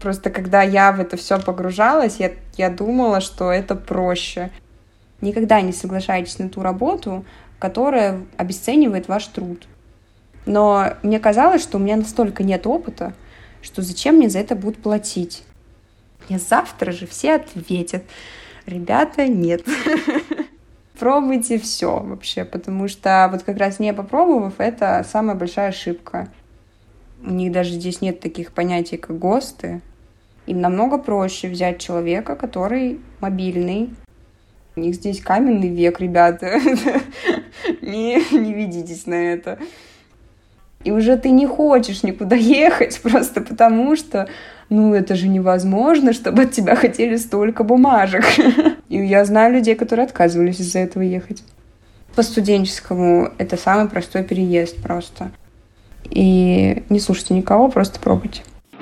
Просто когда я в это все погружалась, я думала, что это проще. Никогда не соглашайтесь на ту работу, которая обесценивает ваш труд. Но мне казалось, что у меня настолько нет опыта, что зачем мне за это будут платить? Мне завтра же все ответят: ребята, нет. Пробуйте все вообще, потому что вот как раз не попробовав, это самая большая ошибка. У них даже здесь нет таких понятий, как ГОСТы. Им намного проще взять человека, который мобильный. У них здесь каменный век, ребята. Не ведитесь на это. И уже ты не хочешь никуда ехать, просто потому что, это же невозможно, чтобы от тебя хотели столько бумажек. И я знаю людей, которые отказывались из-за этого ехать. По студенческому это самый простой переезд просто. И не слушайте никого, просто пробуйте.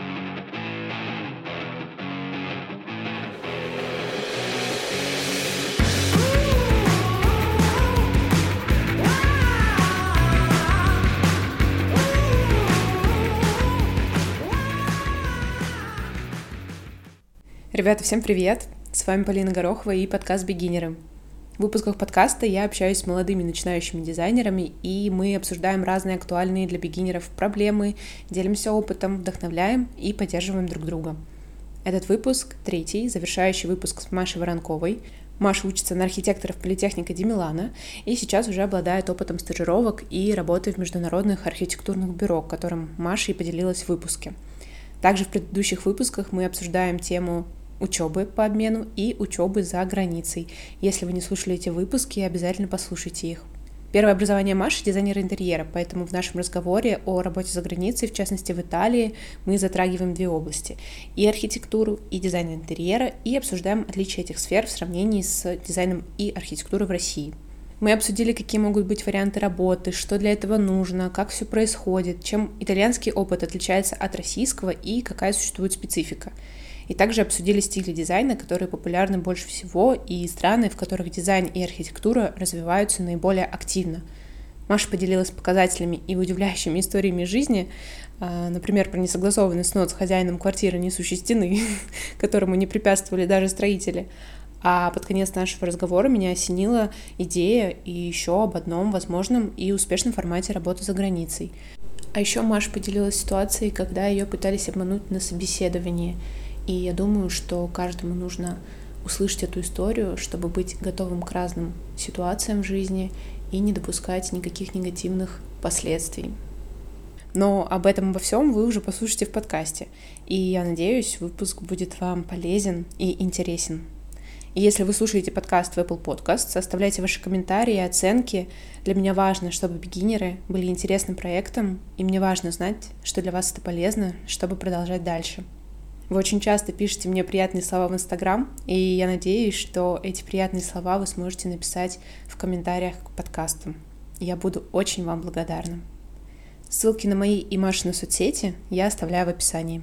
Ребята, всем привет! С вами Полина Горохова и подкаст «Бигинеры». В выпусках подкаста я общаюсь с молодыми начинающими дизайнерами, и мы обсуждаем разные актуальные для бигинеров проблемы, делимся опытом, вдохновляем и поддерживаем друг друга. Этот выпуск — третий, завершающий выпуск с Машей Воронковой. Маша учится на архитектора в Политехнике Ди Милано и сейчас уже обладает опытом стажировок и работы в международных архитектурных бюро, которым Маша и поделилась в выпуске. Также в предыдущих выпусках мы обсуждаем тему учебы по обмену и учебы за границей. Если вы не слушали эти выпуски, обязательно послушайте их. Первое образование Маши — дизайнер интерьера, поэтому в нашем разговоре о работе за границей, в частности в Италии, мы затрагиваем две области — и архитектуру, и дизайн интерьера, и обсуждаем отличия этих сфер в сравнении с дизайном и архитектурой в России. Мы обсудили, какие могут быть варианты работы, что для этого нужно, как все происходит, чем итальянский опыт отличается от российского и какая существует специфика. И также обсудили стили дизайна, которые популярны больше всего, и страны, в которых дизайн и архитектура развиваются наиболее активно. Маша поделилась показателями и удивляющими историями жизни, например, про несогласованный снос с хозяином квартиры несущей стены, которому не препятствовали даже строители. А под конец нашего разговора меня осенила идея и еще об одном возможном и успешном формате работы за границей. А еще Маша поделилась ситуацией, когда ее пытались обмануть на собеседовании. И я думаю, что каждому нужно услышать эту историю, чтобы быть готовым к разным ситуациям в жизни и не допускать никаких негативных последствий. Но об этом обо всем вы уже послушаете в подкасте. И я надеюсь, выпуск будет вам полезен и интересен. И если вы слушаете подкаст в Apple Podcasts, оставляйте ваши комментарии и оценки. Для меня важно, чтобы бигинеры были интересным проектом, и мне важно знать, что для вас это полезно, чтобы продолжать дальше. Вы очень часто пишете мне приятные слова в Инстаграм, и я надеюсь, что эти приятные слова вы сможете написать в комментариях к подкасту. Я буду очень вам благодарна. Ссылки на мои и Машины соцсети я оставляю в описании.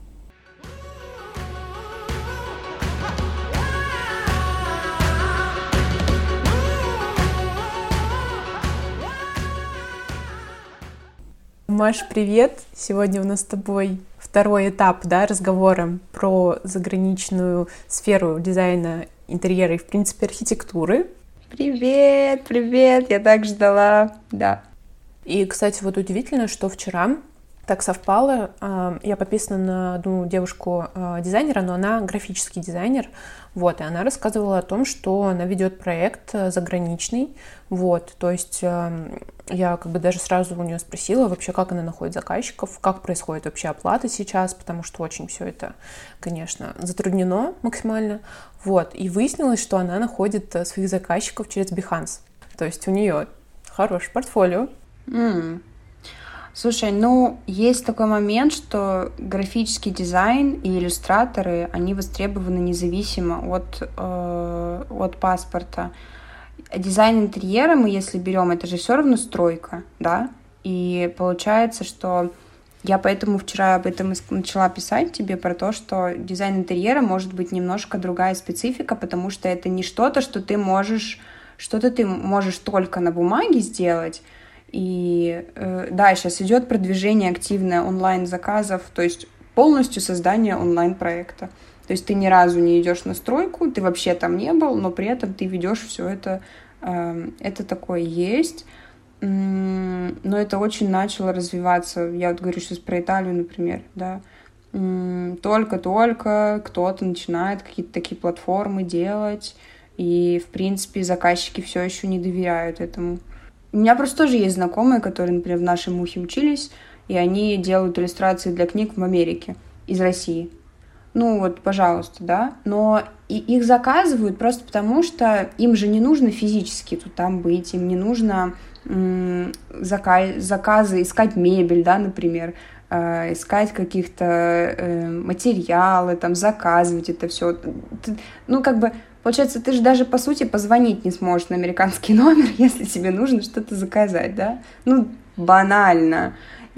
Маш, привет! Сегодня у нас с тобой второй этап, разговора про заграничную сферу дизайна интерьера и, в принципе, архитектуры. Привет! Я так ждала, да. И, кстати, вот удивительно, что вчера так совпало. Я подписана на одну девушку-дизайнера, но она графический дизайнер. И она рассказывала о том, что она ведет проект заграничный. То есть я даже сразу у нее спросила вообще, как она находит заказчиков, как происходит вообще оплата сейчас, потому что очень все это, конечно, затруднено максимально. И выяснилось, что она находит своих заказчиков через Behance. То есть у нее хорошее портфолио. Слушай, есть такой момент, что графический дизайн и иллюстраторы, они востребованы независимо от паспорта. Дизайн интерьера мы, если берем, это же все равно стройка, да? И получается, что я поэтому вчера об этом начала писать тебе про то, что дизайн интерьера может быть немножко другая специфика, потому что это не что-то ты можешь только на бумаге сделать. И да, сейчас идет продвижение активное онлайн-заказов, то есть полностью создание онлайн-проекта. То есть ты ни разу не идешь на стройку, ты вообще там не был, но при этом ты ведешь все это. Это такое есть. Но это очень начало развиваться. Я вот говорю сейчас про Италию, например, да. Только-только кто-то начинает какие-то такие платформы делать, и, в принципе, заказчики все еще не доверяют этому. У меня просто тоже есть знакомые, которые, например, в нашей Мухе учились, и они делают иллюстрации для книг в Америке из России. Ну вот, пожалуйста, да. Но и их заказывают просто потому, что им же не нужно физически тут там быть, им не нужно заказы, искать мебель, да, например, искать каких-то материалы, там, заказывать это все. Ну, как бы, получается, ты же даже, по сути, позвонить не сможешь на американский номер, если тебе нужно что-то заказать, да? Ну, банально.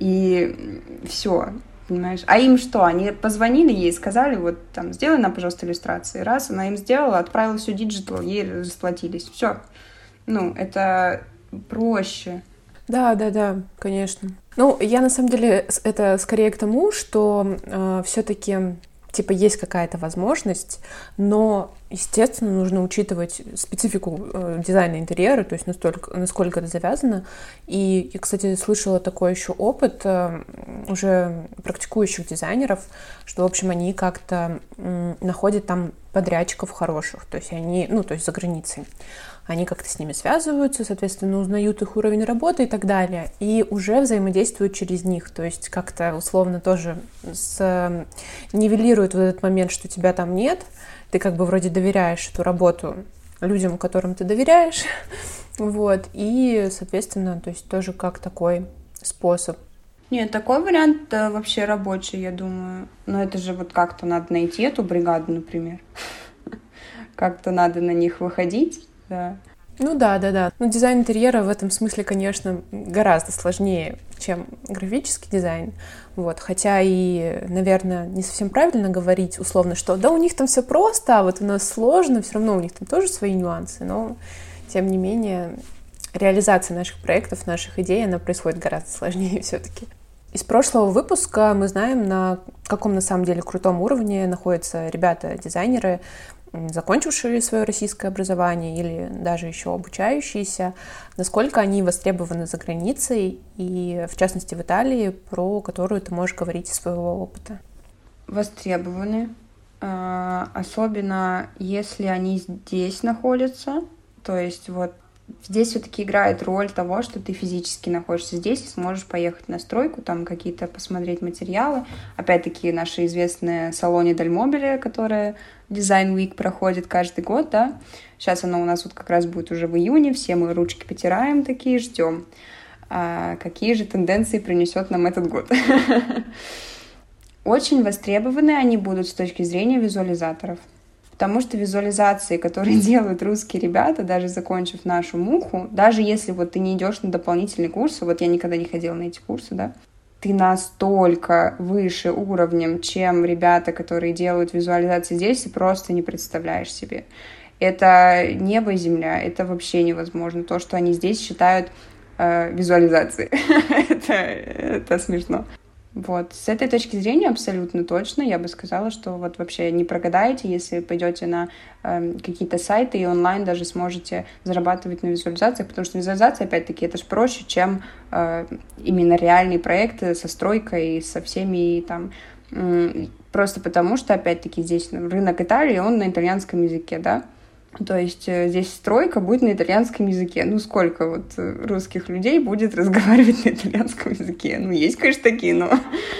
И все, понимаешь? А им что? Они позвонили ей, сказали, вот, там, сделай нам, пожалуйста, иллюстрации. Раз, она им сделала, отправила все диджитал, ей расплатились. Все. Ну, это проще. Да, конечно. Ну, я на самом деле это скорее к тому, что все-таки типа есть какая-то возможность, но, естественно, нужно учитывать специфику дизайна интерьера, то есть насколько это завязано. И я, кстати, слышала такой еще опыт уже практикующих дизайнеров, что, в общем, они как-то находят там подрядчиков хороших, то есть они, ну, то есть за границей. Они как-то с ними связываются, соответственно, узнают их уровень работы и так далее, и уже взаимодействуют через них, то есть как-то условно тоже нивелируют вот этот момент, что тебя там нет, ты как бы вроде доверяешь эту работу людям, которым ты доверяешь, вот, и, соответственно, то есть тоже как такой способ. Нет, такой вариант вообще рабочий, я думаю, но это же вот как-то надо найти эту бригаду, например, как-то надо на них выходить. Да. Ну да. Ну, дизайн интерьера в этом смысле, конечно, гораздо сложнее, чем графический дизайн. Вот. Хотя и, наверное, не совсем правильно говорить условно, что да, у них там все просто, а вот у нас сложно, все равно у них там тоже свои нюансы, но, тем не менее, реализация наших проектов, наших идей, она происходит гораздо сложнее все-таки. Из прошлого выпуска мы знаем, на каком на самом деле крутом уровне находятся ребята-дизайнеры, закончившие свое российское образование или даже еще обучающиеся, насколько они востребованы за границей и, в частности, в Италии, про которую ты можешь говорить из своего опыта. Востребованы, особенно если они здесь находятся, то есть вот здесь все-таки играет роль того, что ты физически находишься здесь и сможешь поехать на стройку, там какие-то посмотреть материалы. Опять-таки, наше известное Салоне Дель Мобиле, которое Design Week проходит каждый год, да. Сейчас оно у нас вот как раз будет уже в июне, все мы ручки потираем такие, ждем. Какие же тенденции принесет нам этот год? Очень востребованы они будут с точки зрения визуализаторов. Потому что визуализации, которые делают русские ребята, даже закончив нашу Муху, даже если вот ты не идешь на дополнительные курсы, вот я никогда не ходила на эти курсы, да, ты настолько выше уровнем, чем ребята, которые делают визуализации здесь, и просто не представляешь себе. Это небо и земля, это вообще невозможно. То, что они здесь считают визуализацией, это смешно. Вот. С этой точки зрения абсолютно точно я бы сказала, что вот вообще не прогадаете, если пойдете на какие-то сайты и онлайн даже сможете зарабатывать на визуализациях, потому что визуализация, опять-таки, это же проще, чем именно реальные проекты со стройкой, со всеми там... Просто потому что, опять-таки, здесь рынок Италии, он на итальянском языке, да? То есть здесь стройка будет на итальянском языке. Ну, сколько вот русских людей будет разговаривать на итальянском языке? Ну, есть, конечно, такие, но...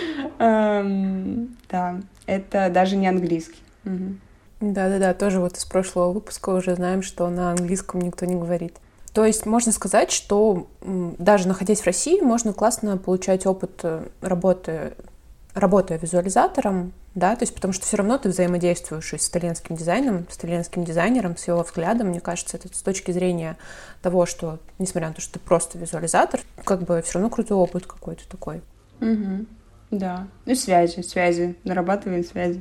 Да, это даже не английский. Да, тоже вот из прошлого выпуска уже знаем, что на английском никто не говорит. То есть можно сказать, что даже находясь в России, можно классно получать опыт работая визуализатором, да, то есть потому что все равно ты взаимодействуешь и с итальянским дизайном, с итальянским дизайнером, с его взглядом. Мне кажется, это с точки зрения того, что, несмотря на то, что ты просто визуализатор, как бы все равно крутой опыт какой-то такой. Да, и связи, нарабатываем связи.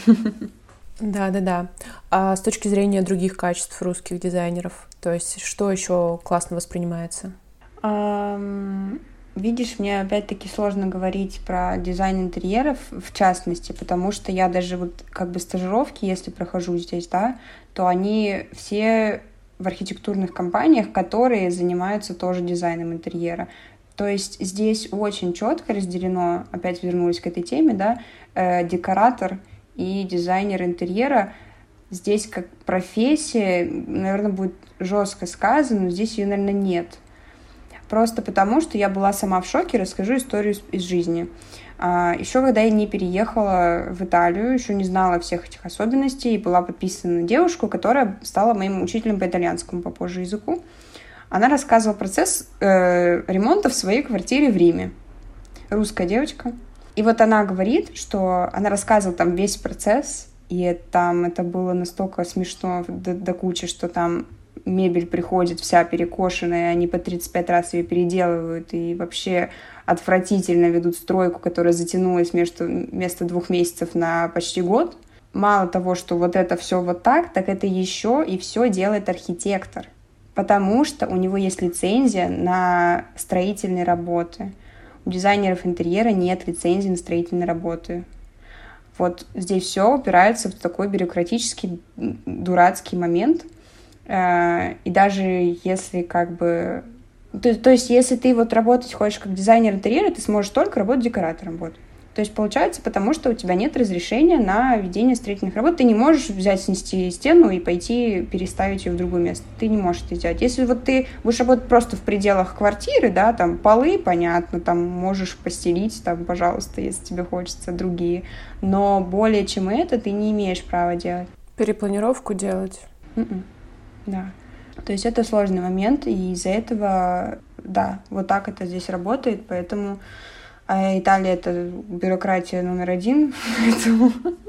Да. А с точки зрения других качеств русских дизайнеров, то есть что еще классно воспринимается? Видишь, мне опять-таки сложно говорить про дизайн интерьеров в частности, потому что я даже вот как бы стажировки, если прохожу здесь, да, то они все в архитектурных компаниях, которые занимаются тоже дизайном интерьера. То есть здесь очень четко разделено, опять вернулась к этой теме, да, декоратор и дизайнер интерьера. Здесь как профессия, наверное, будет жестко сказано, но здесь ее, наверное, нет. Просто потому, что я была сама в шоке, расскажу историю из жизни. Еще когда я не переехала в Италию, еще не знала всех этих особенностей, и была подписана на девушку, которая стала моим учителем по итальянскому, по позже языку. Она рассказывала процесс ремонта в своей квартире в Риме. Русская девочка. И вот она говорит, что она рассказывала там весь процесс, и это было настолько смешно до кучи, что там мебель приходит вся перекошенная, они по 35 раз ее переделывают и вообще отвратительно ведут стройку, которая затянулась вместо 2 месяцев на почти год. Мало того, что вот это все вот так это еще и все делает архитектор, потому что у него есть лицензия на строительные работы. У дизайнеров интерьера нет лицензии на строительные работы. Вот здесь все упирается в такой бюрократический, дурацкий момент. И даже если как бы... То есть если ты вот работать хочешь как дизайнер интерьера, ты сможешь только работать декоратором. Вот. То есть получается, потому что у тебя нет разрешения на ведение строительных работ. Ты не можешь взять, снести стену и пойти переставить ее в другое место. Ты не можешь это сделать. Если вот ты будешь работать просто в пределах квартиры, да, там полы, понятно, там можешь постелить, там, пожалуйста, если тебе хочется, другие. Но более чем это ты не имеешь права делать. Перепланировку делать? Да. То есть это сложный момент, и из-за этого, да, вот так это здесь работает, поэтому Италия — это бюрократия номер 1, поэтому...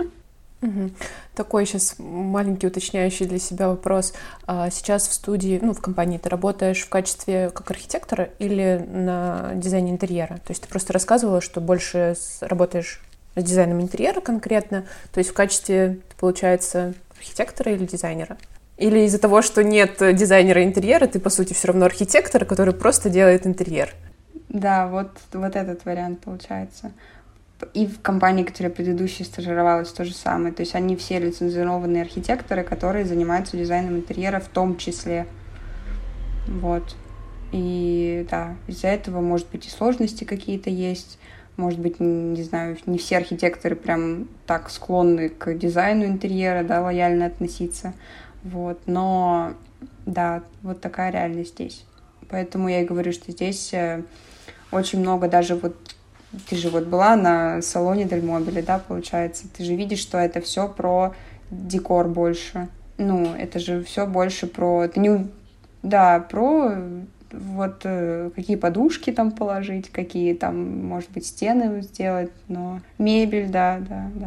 Такой сейчас маленький уточняющий для себя вопрос. Сейчас в студии, в компании ты работаешь в качестве как архитектора или на дизайне интерьера? То есть ты просто рассказывала, что больше работаешь с дизайном интерьера конкретно, то есть в качестве, получается, архитектора или дизайнера? Или из-за того, что нет дизайнера интерьера, ты, по сути, все равно архитектор, который просто делает интерьер? Да, вот этот вариант получается. И в компании, которая предыдущая стажировалась, то же самое. То есть они все лицензированные архитекторы, которые занимаются дизайном интерьера в том числе. Вот. И да, из-за этого, может быть, и сложности какие-то есть. Может быть, не знаю, не все архитекторы прям так склонны к дизайну интерьера, да, лояльно относиться. Вот, но да, вот такая реальность здесь. Поэтому я и говорю, что здесь очень много даже вот... Ты же вот была на салоне Дель Мобиле, да, получается? Ты же видишь, что это все про декор больше. Это же все больше про... Да, про вот какие подушки там положить, какие там, может быть, стены сделать, но мебель, да.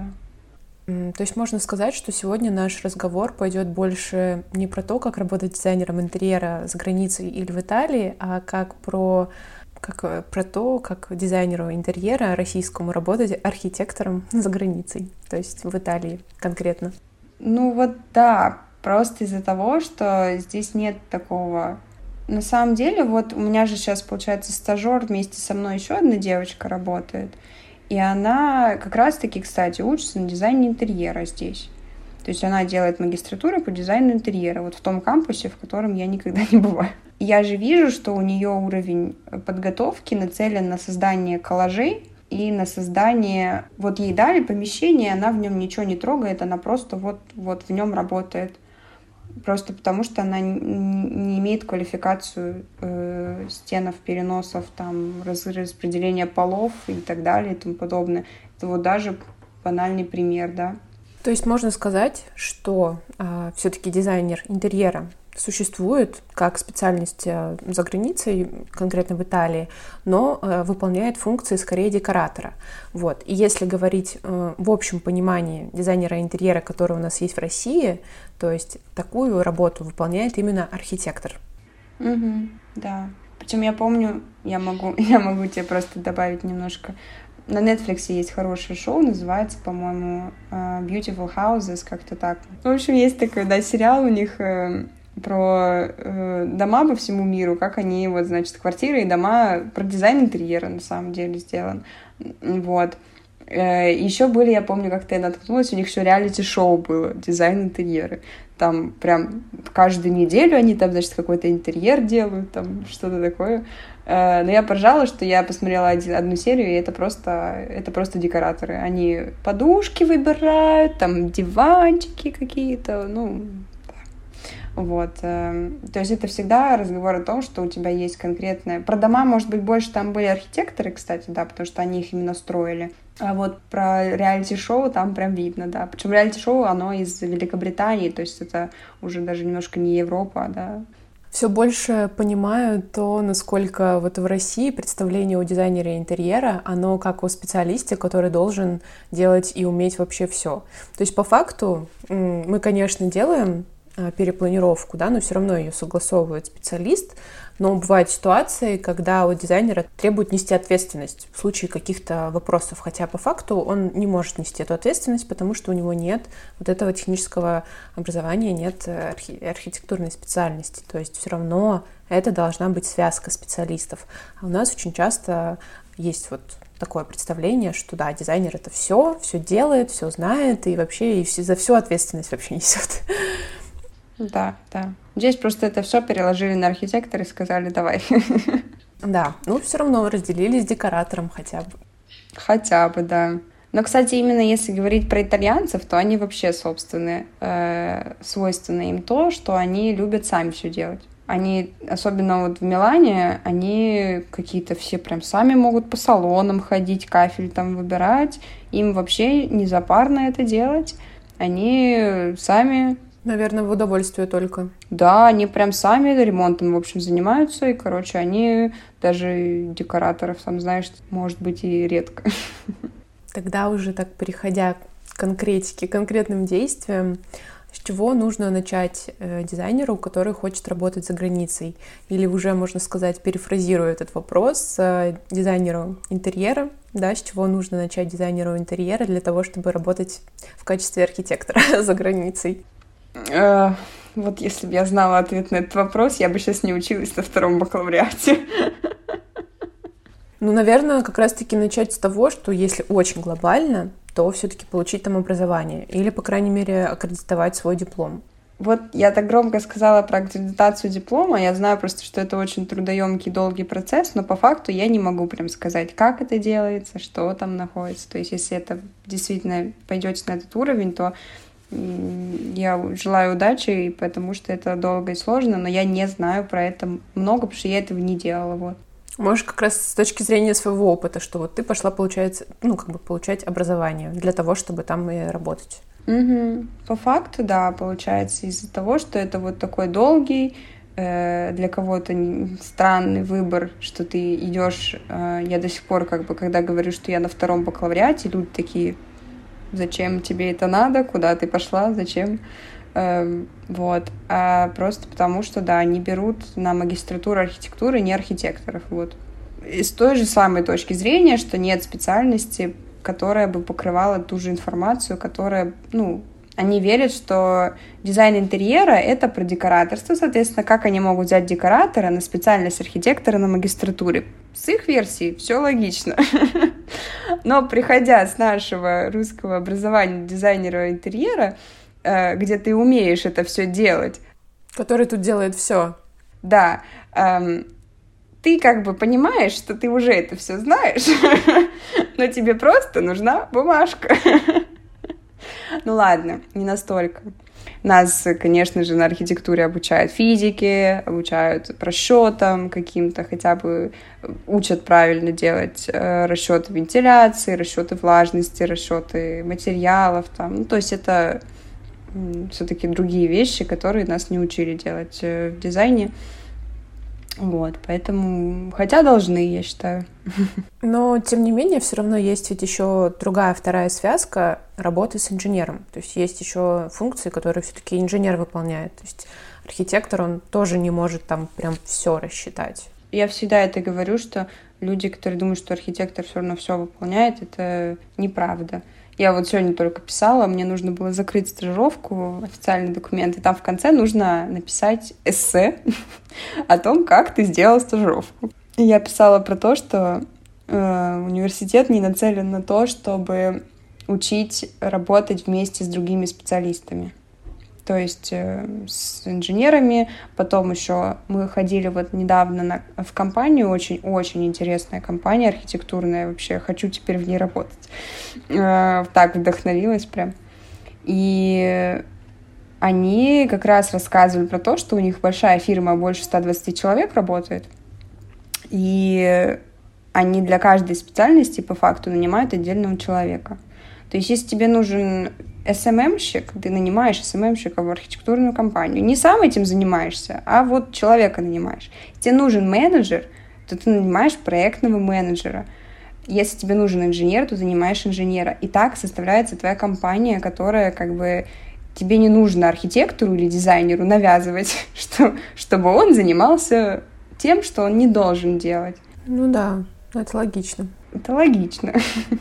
То есть можно сказать, что сегодня наш разговор пойдет больше не про то, как работать дизайнером интерьера за границей или в Италии, а как про то, как дизайнеру интерьера российскому работать архитектором за границей, то есть в Италии конкретно. Да, просто из-за того, что здесь нет такого... На самом деле, вот у меня же сейчас, получается, стажер, вместе со мной еще одна девочка работает, и она как раз-таки, кстати, учится на дизайне интерьера здесь. То есть она делает магистратуру по дизайну интерьера вот в том кампусе, в котором я никогда не бываю. И я же вижу, что у нее уровень подготовки нацелен на создание коллажей и на создание... Вот ей дали помещение, она в нем ничего не трогает, она просто вот в нем работает. Просто потому, что она не имеет квалификацию стенов, переносов, там, распределения полов и так далее и тому подобное. Это вот даже банальный пример, да. То есть можно сказать, что все-таки дизайнер интерьера существует как специальность за границей, конкретно в Италии, но выполняет функции скорее декоратора. Вот. И если говорить в общем понимании дизайнера интерьера, который у нас есть в России, то есть такую работу выполняет именно архитектор. Да. Причем я помню, я могу тебе просто добавить немножко. На Netflix есть хорошее шоу, называется, по-моему, Beautiful Houses, как-то так. В общем, есть такой, да, сериал у них про дома по всему миру, как они, вот, значит, квартиры и дома, про дизайн интерьера на самом деле сделан. Вот. Еще были, я помню, как-то я наткнулась, у них еще реалити-шоу было, дизайн интерьера. Там прям каждую неделю они там, значит, какой-то интерьер делают, там что-то такое. Но я поржала, что я посмотрела одну серию, и это просто декораторы. Они подушки выбирают, там диванчики какие-то, ну... Вот. То есть это всегда разговор о том, что у тебя есть конкретное... Про дома, может быть, больше там были архитекторы, кстати, да, потому что они их именно строили. А вот про реалити-шоу там прям видно, да. Причем реалити-шоу, оно из Великобритании, то есть это уже даже немножко не Европа, да. Все больше понимаю то, насколько вот в России представление о дизайнере интерьера, оно как о специалисте, который должен делать и уметь вообще все. То есть по факту мы, конечно, делаем перепланировку, да, но все равно ее согласовывает специалист. Но бывают ситуации, когда у дизайнера требует нести ответственность в случае каких-то вопросов, хотя по факту он не может нести эту ответственность, потому что у него нет вот этого технического образования, нет архитектурной специальности. То есть все равно это должна быть связка специалистов. А у нас очень часто есть вот такое представление, что да, дизайнер это все делает, все знает и вообще за всю ответственность вообще несет. Да. Здесь просто это все переложили на архитектора и сказали, давай. Да, ну все равно разделили с декоратором хотя бы. Хотя бы, да. Но, кстати, именно если говорить про итальянцев, то они вообще собственные. Свойственно им то, что они любят сами все делать. Они, особенно вот в Милане, они какие-то все прям сами могут по салонам ходить, кафель там выбирать. Им вообще не запарно это делать. Они сами... Наверное, в удовольствие только. Да, они прям сами ремонтом, в общем, занимаются, и, короче, они даже декораторов, там, знаешь, может быть, и редко. Тогда уже так, переходя к конкретике, к конкретным действиям, с чего нужно начать дизайнеру, который хочет работать за границей? Или уже, можно сказать, перефразируя этот вопрос, дизайнеру интерьера, да, с чего нужно начать дизайнеру интерьера для того, чтобы работать в качестве архитектора за границей? Вот если бы я знала ответ на этот вопрос, я бы сейчас не училась на 2-м бакалавриате. Ну, наверное, как раз-таки начать с того, что если очень глобально, то все-таки получить там образование или, по крайней мере, аккредитовать свой диплом. Вот я так громко сказала про аккредитацию диплома, я знаю просто, что это очень трудоемкий, долгий процесс, но по факту я не могу прям сказать, как это делается, что там находится. То есть если это действительно пойдете на этот уровень, то я желаю удачи, потому что это долго и сложно, но я не знаю про это много, потому что я этого не делала. Вот. Можешь как раз с точки зрения своего опыта, что вот ты пошла, получается, получать образование для того, чтобы там и работать. Угу. По факту, да, получается, из-за того, что это вот такой долгий, для кого-то странный выбор, что ты идешь. Я до сих пор, когда говорю, что я на 2-м бакалавриате, люди такие: зачем тебе это надо, куда ты пошла, зачем? Вот. А просто потому, что, да, они берут на магистратуру архитектуры не архитекторов. Вот. И с той же самой точки зрения, что нет специальности, которая бы покрывала ту же информацию, которая, они верят, что дизайн интерьера — это про декораторство, соответственно, как они могут взять декоратора на специальность архитектора на магистратуре. С их версией все логично. Но приходя с нашего русского образования дизайнера интерьера, где ты умеешь это все делать... Который тут делает все. Да. Ты понимаешь, что ты уже это все знаешь, но тебе просто нужна бумажка. Ну ладно, не настолько. Нас, конечно же, на архитектуре обучают физике, обучают расчетам каким-то, хотя бы учат правильно делать расчеты вентиляции, расчеты влажности, расчеты материалов. То есть это все-таки другие вещи, которые нас не учили делать в дизайне. Вот, поэтому, хотя должны, я считаю. Но, тем не менее, все равно есть ведь еще вторая связка работы с инженером. То есть есть еще функции, которые все-таки инженер выполняет. То есть архитектор, он тоже не может там прям все рассчитать. Я всегда это говорю, что люди, которые думают, что архитектор все равно все выполняет, это неправда. Я вот сегодня только писала, мне нужно было закрыть стажировку, официальный документ, и там в конце нужно написать эссе о том, как ты сделал стажировку. И я писала про то, что университет не нацелен на то, чтобы учить работать вместе с другими специалистами. То есть с инженерами. Потом еще мы ходили вот недавно в компанию, очень-очень интересная компания архитектурная. Вообще хочу теперь в ней работать. Так вдохновилась прям. И они как раз рассказывали про то, что у них большая фирма, больше 120 человек работает. И они для каждой специальности по факту нанимают отдельного человека. То есть если тебе нужен СММщик, ты нанимаешь СММщика в архитектурную компанию. Не сам этим занимаешься, а вот человека нанимаешь. Если тебе нужен менеджер, то ты нанимаешь проектного менеджера. Если тебе нужен инженер, то ты нанимаешь инженера. И так составляется твоя компания, которая как бы тебе не нужно архитектору или дизайнеру навязывать, чтобы он занимался тем, что он не должен делать. Ну да, это логично. Это логично.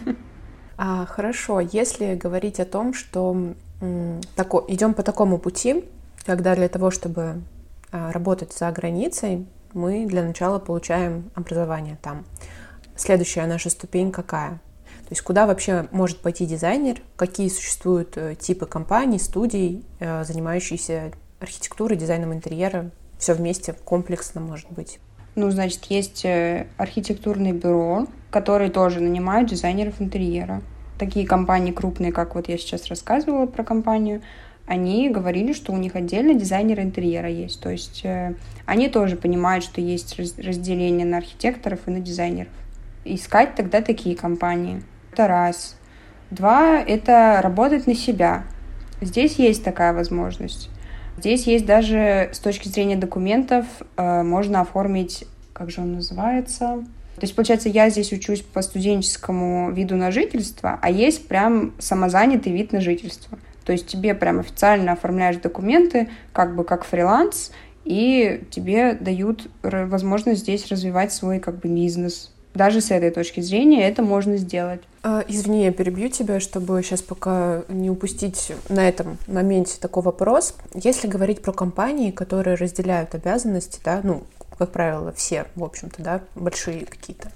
Хорошо, если говорить о том, что идем по такому пути, когда для того, чтобы работать за границей, мы для начала получаем образование там. Следующая наша ступень какая? То есть куда вообще может пойти дизайнер, какие существуют типы компаний, студий, занимающиеся архитектурой, дизайном интерьера, все вместе, комплексно, может быть. Ну, значит, есть архитектурные бюро, которые тоже нанимают дизайнеров интерьера. Такие компании крупные, как вот я сейчас рассказывала про компанию, они говорили, что у них отдельно дизайнеры интерьера есть. То есть они тоже понимают, что есть разделение на архитекторов и на дизайнеров. Искать тогда такие компании. Это раз. Два — это работать на себя. Здесь есть такая возможность. Здесь есть даже с точки зрения документов можно оформить, как же он называется? То есть, получается, я здесь учусь по студенческому виду на жительство, а есть прям самозанятый вид на жительство. То есть тебе прям официально оформляешь документы, как бы как фриланс, и тебе дают возможность здесь развивать свой как бы бизнес. Даже с этой точки зрения это можно сделать. Извини, я перебью тебя, чтобы сейчас пока не упустить на этом моменте такой вопрос. Если говорить про компании, которые разделяют обязанности, да, ну, как правило, все, в общем-то, да, большие какие-то,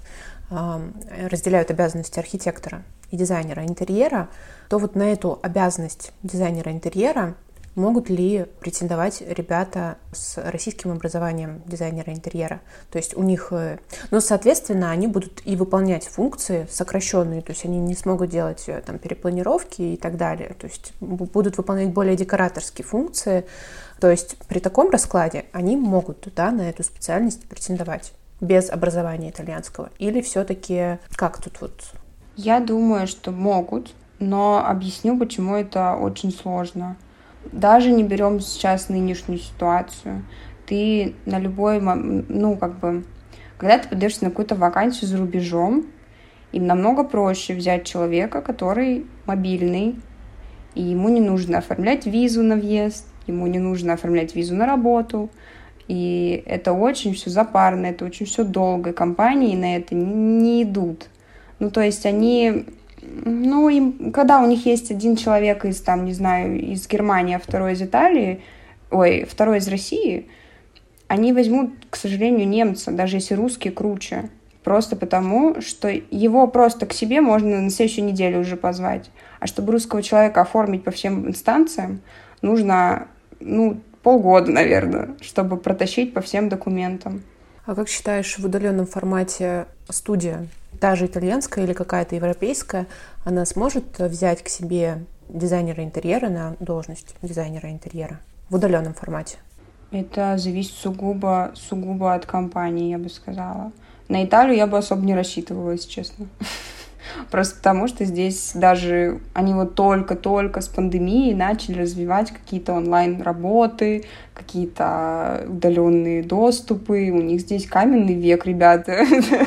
разделяют обязанности архитектора и дизайнера интерьера, то вот на эту обязанность дизайнера интерьера могут ли претендовать ребята с российским образованием дизайнера интерьера? То есть у них, ну, соответственно, они будут и выполнять функции сокращенные, то есть они не смогут делать там перепланировки и так далее, то есть будут выполнять более декораторские функции. То есть при таком раскладе они могут, да, на эту специальность претендовать без образования итальянского? Или все-таки как тут вот? Я думаю, что могут, но объясню, почему это очень сложно. Даже не берем сейчас нынешнюю ситуацию. Ты на любой, ну, как бы, когда ты подаешься на какую-то вакансию за рубежом, им намного проще взять человека, который мобильный, и ему не нужно оформлять визу на въезд, ему не нужно оформлять визу на работу, и это очень все запарно, это очень все долго, компании на это не идут. Ну, то есть они... Ну, когда у них есть один человек из, там, не знаю, из Германии, а второй из Италии, второй из России, они возьмут, к сожалению, немца, даже если русский круче. Просто потому, что его просто к себе можно на следующую неделю уже позвать. А чтобы русского человека оформить по всем инстанциям, нужно, ну, полгода, наверное, чтобы протащить по всем документам. А как считаешь, в удаленном формате студия, та же итальянская или какая-то европейская, она сможет взять к себе дизайнера интерьера на должность дизайнера интерьера в удаленном формате? Это зависит сугубо от компании, я бы сказала. На Италию я бы особо не рассчитывала, если честно. Просто потому, что здесь даже они вот только-только с пандемией начали развивать какие-то онлайн-работы, какие-то удаленные доступы. У них здесь каменный век, ребята.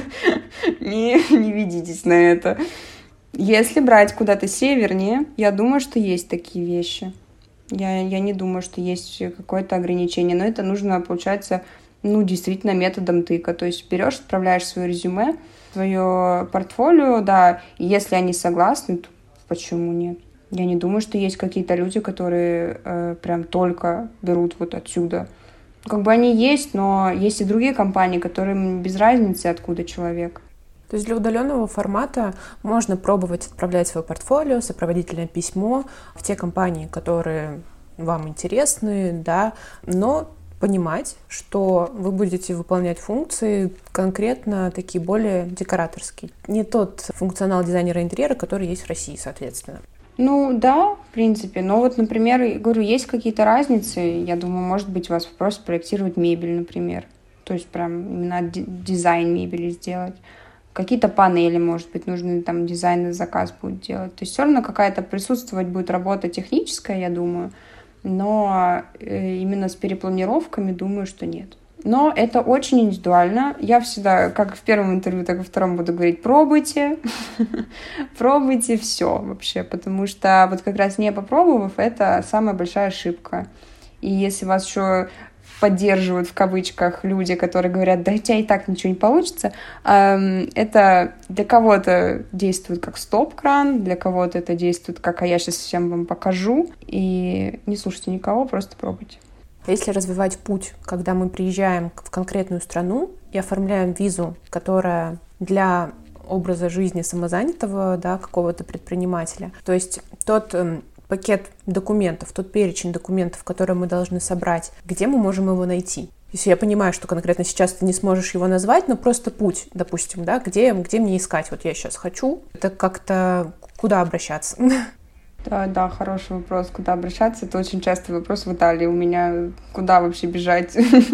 Не ведитесь на это. Если брать куда-то севернее, я думаю, что есть такие вещи. Я не думаю, что есть какое-то ограничение. Но это нужно, получается, ну, действительно методом тыка. То есть берешь, отправляешь свое резюме, свое портфолио, да, и если они согласны, то почему нет? Я не думаю, что есть какие-то люди, которые прям только берут вот отсюда. Как бы они есть, но есть и другие компании, которым без разницы, откуда человек. То есть для удаленного формата можно пробовать отправлять свое портфолио, сопроводительное письмо в те компании, которые вам интересны, да, но понимать, что вы будете выполнять функции конкретно такие более декораторские. Не тот функционал дизайнера интерьера, который есть в России, соответственно. Ну да, в принципе. Но вот, например, я говорю, есть какие-то разницы. Я думаю, может быть, у вас вопрос проектировать мебель, например. То есть прям именно дизайн мебели сделать. Какие-то панели, может быть, нужно там дизайн и заказ будет делать. То есть все равно какая-то присутствовать будет работа техническая, я думаю. Но именно с перепланировками думаю, что нет. Но это очень индивидуально. Я всегда, как в первом интервью, так и во втором буду говорить, пробуйте, пробуйте все вообще, потому что вот как раз не попробовав, это самая большая ошибка. И если вас еще поддерживают в кавычках люди, которые говорят, да у тебя и так ничего не получится, это для кого-то действует как стоп-кран, для кого-то это действует как, а я сейчас всем вам покажу. И не слушайте никого, просто пробуйте. Если развивать путь, когда мы приезжаем в конкретную страну и оформляем визу, которая для образа жизни самозанятого, да, какого-то предпринимателя, то есть тот пакет документов, тот перечень документов, которые мы должны собрать, где мы можем его найти? Если я понимаю, что конкретно сейчас ты не сможешь его назвать, но просто путь, допустим, да, где мне искать? Вот я сейчас хочу, это как-то куда обращаться? Да, хороший вопрос, куда обращаться. Это очень частый вопрос в Италии у меня. Куда вообще бежать?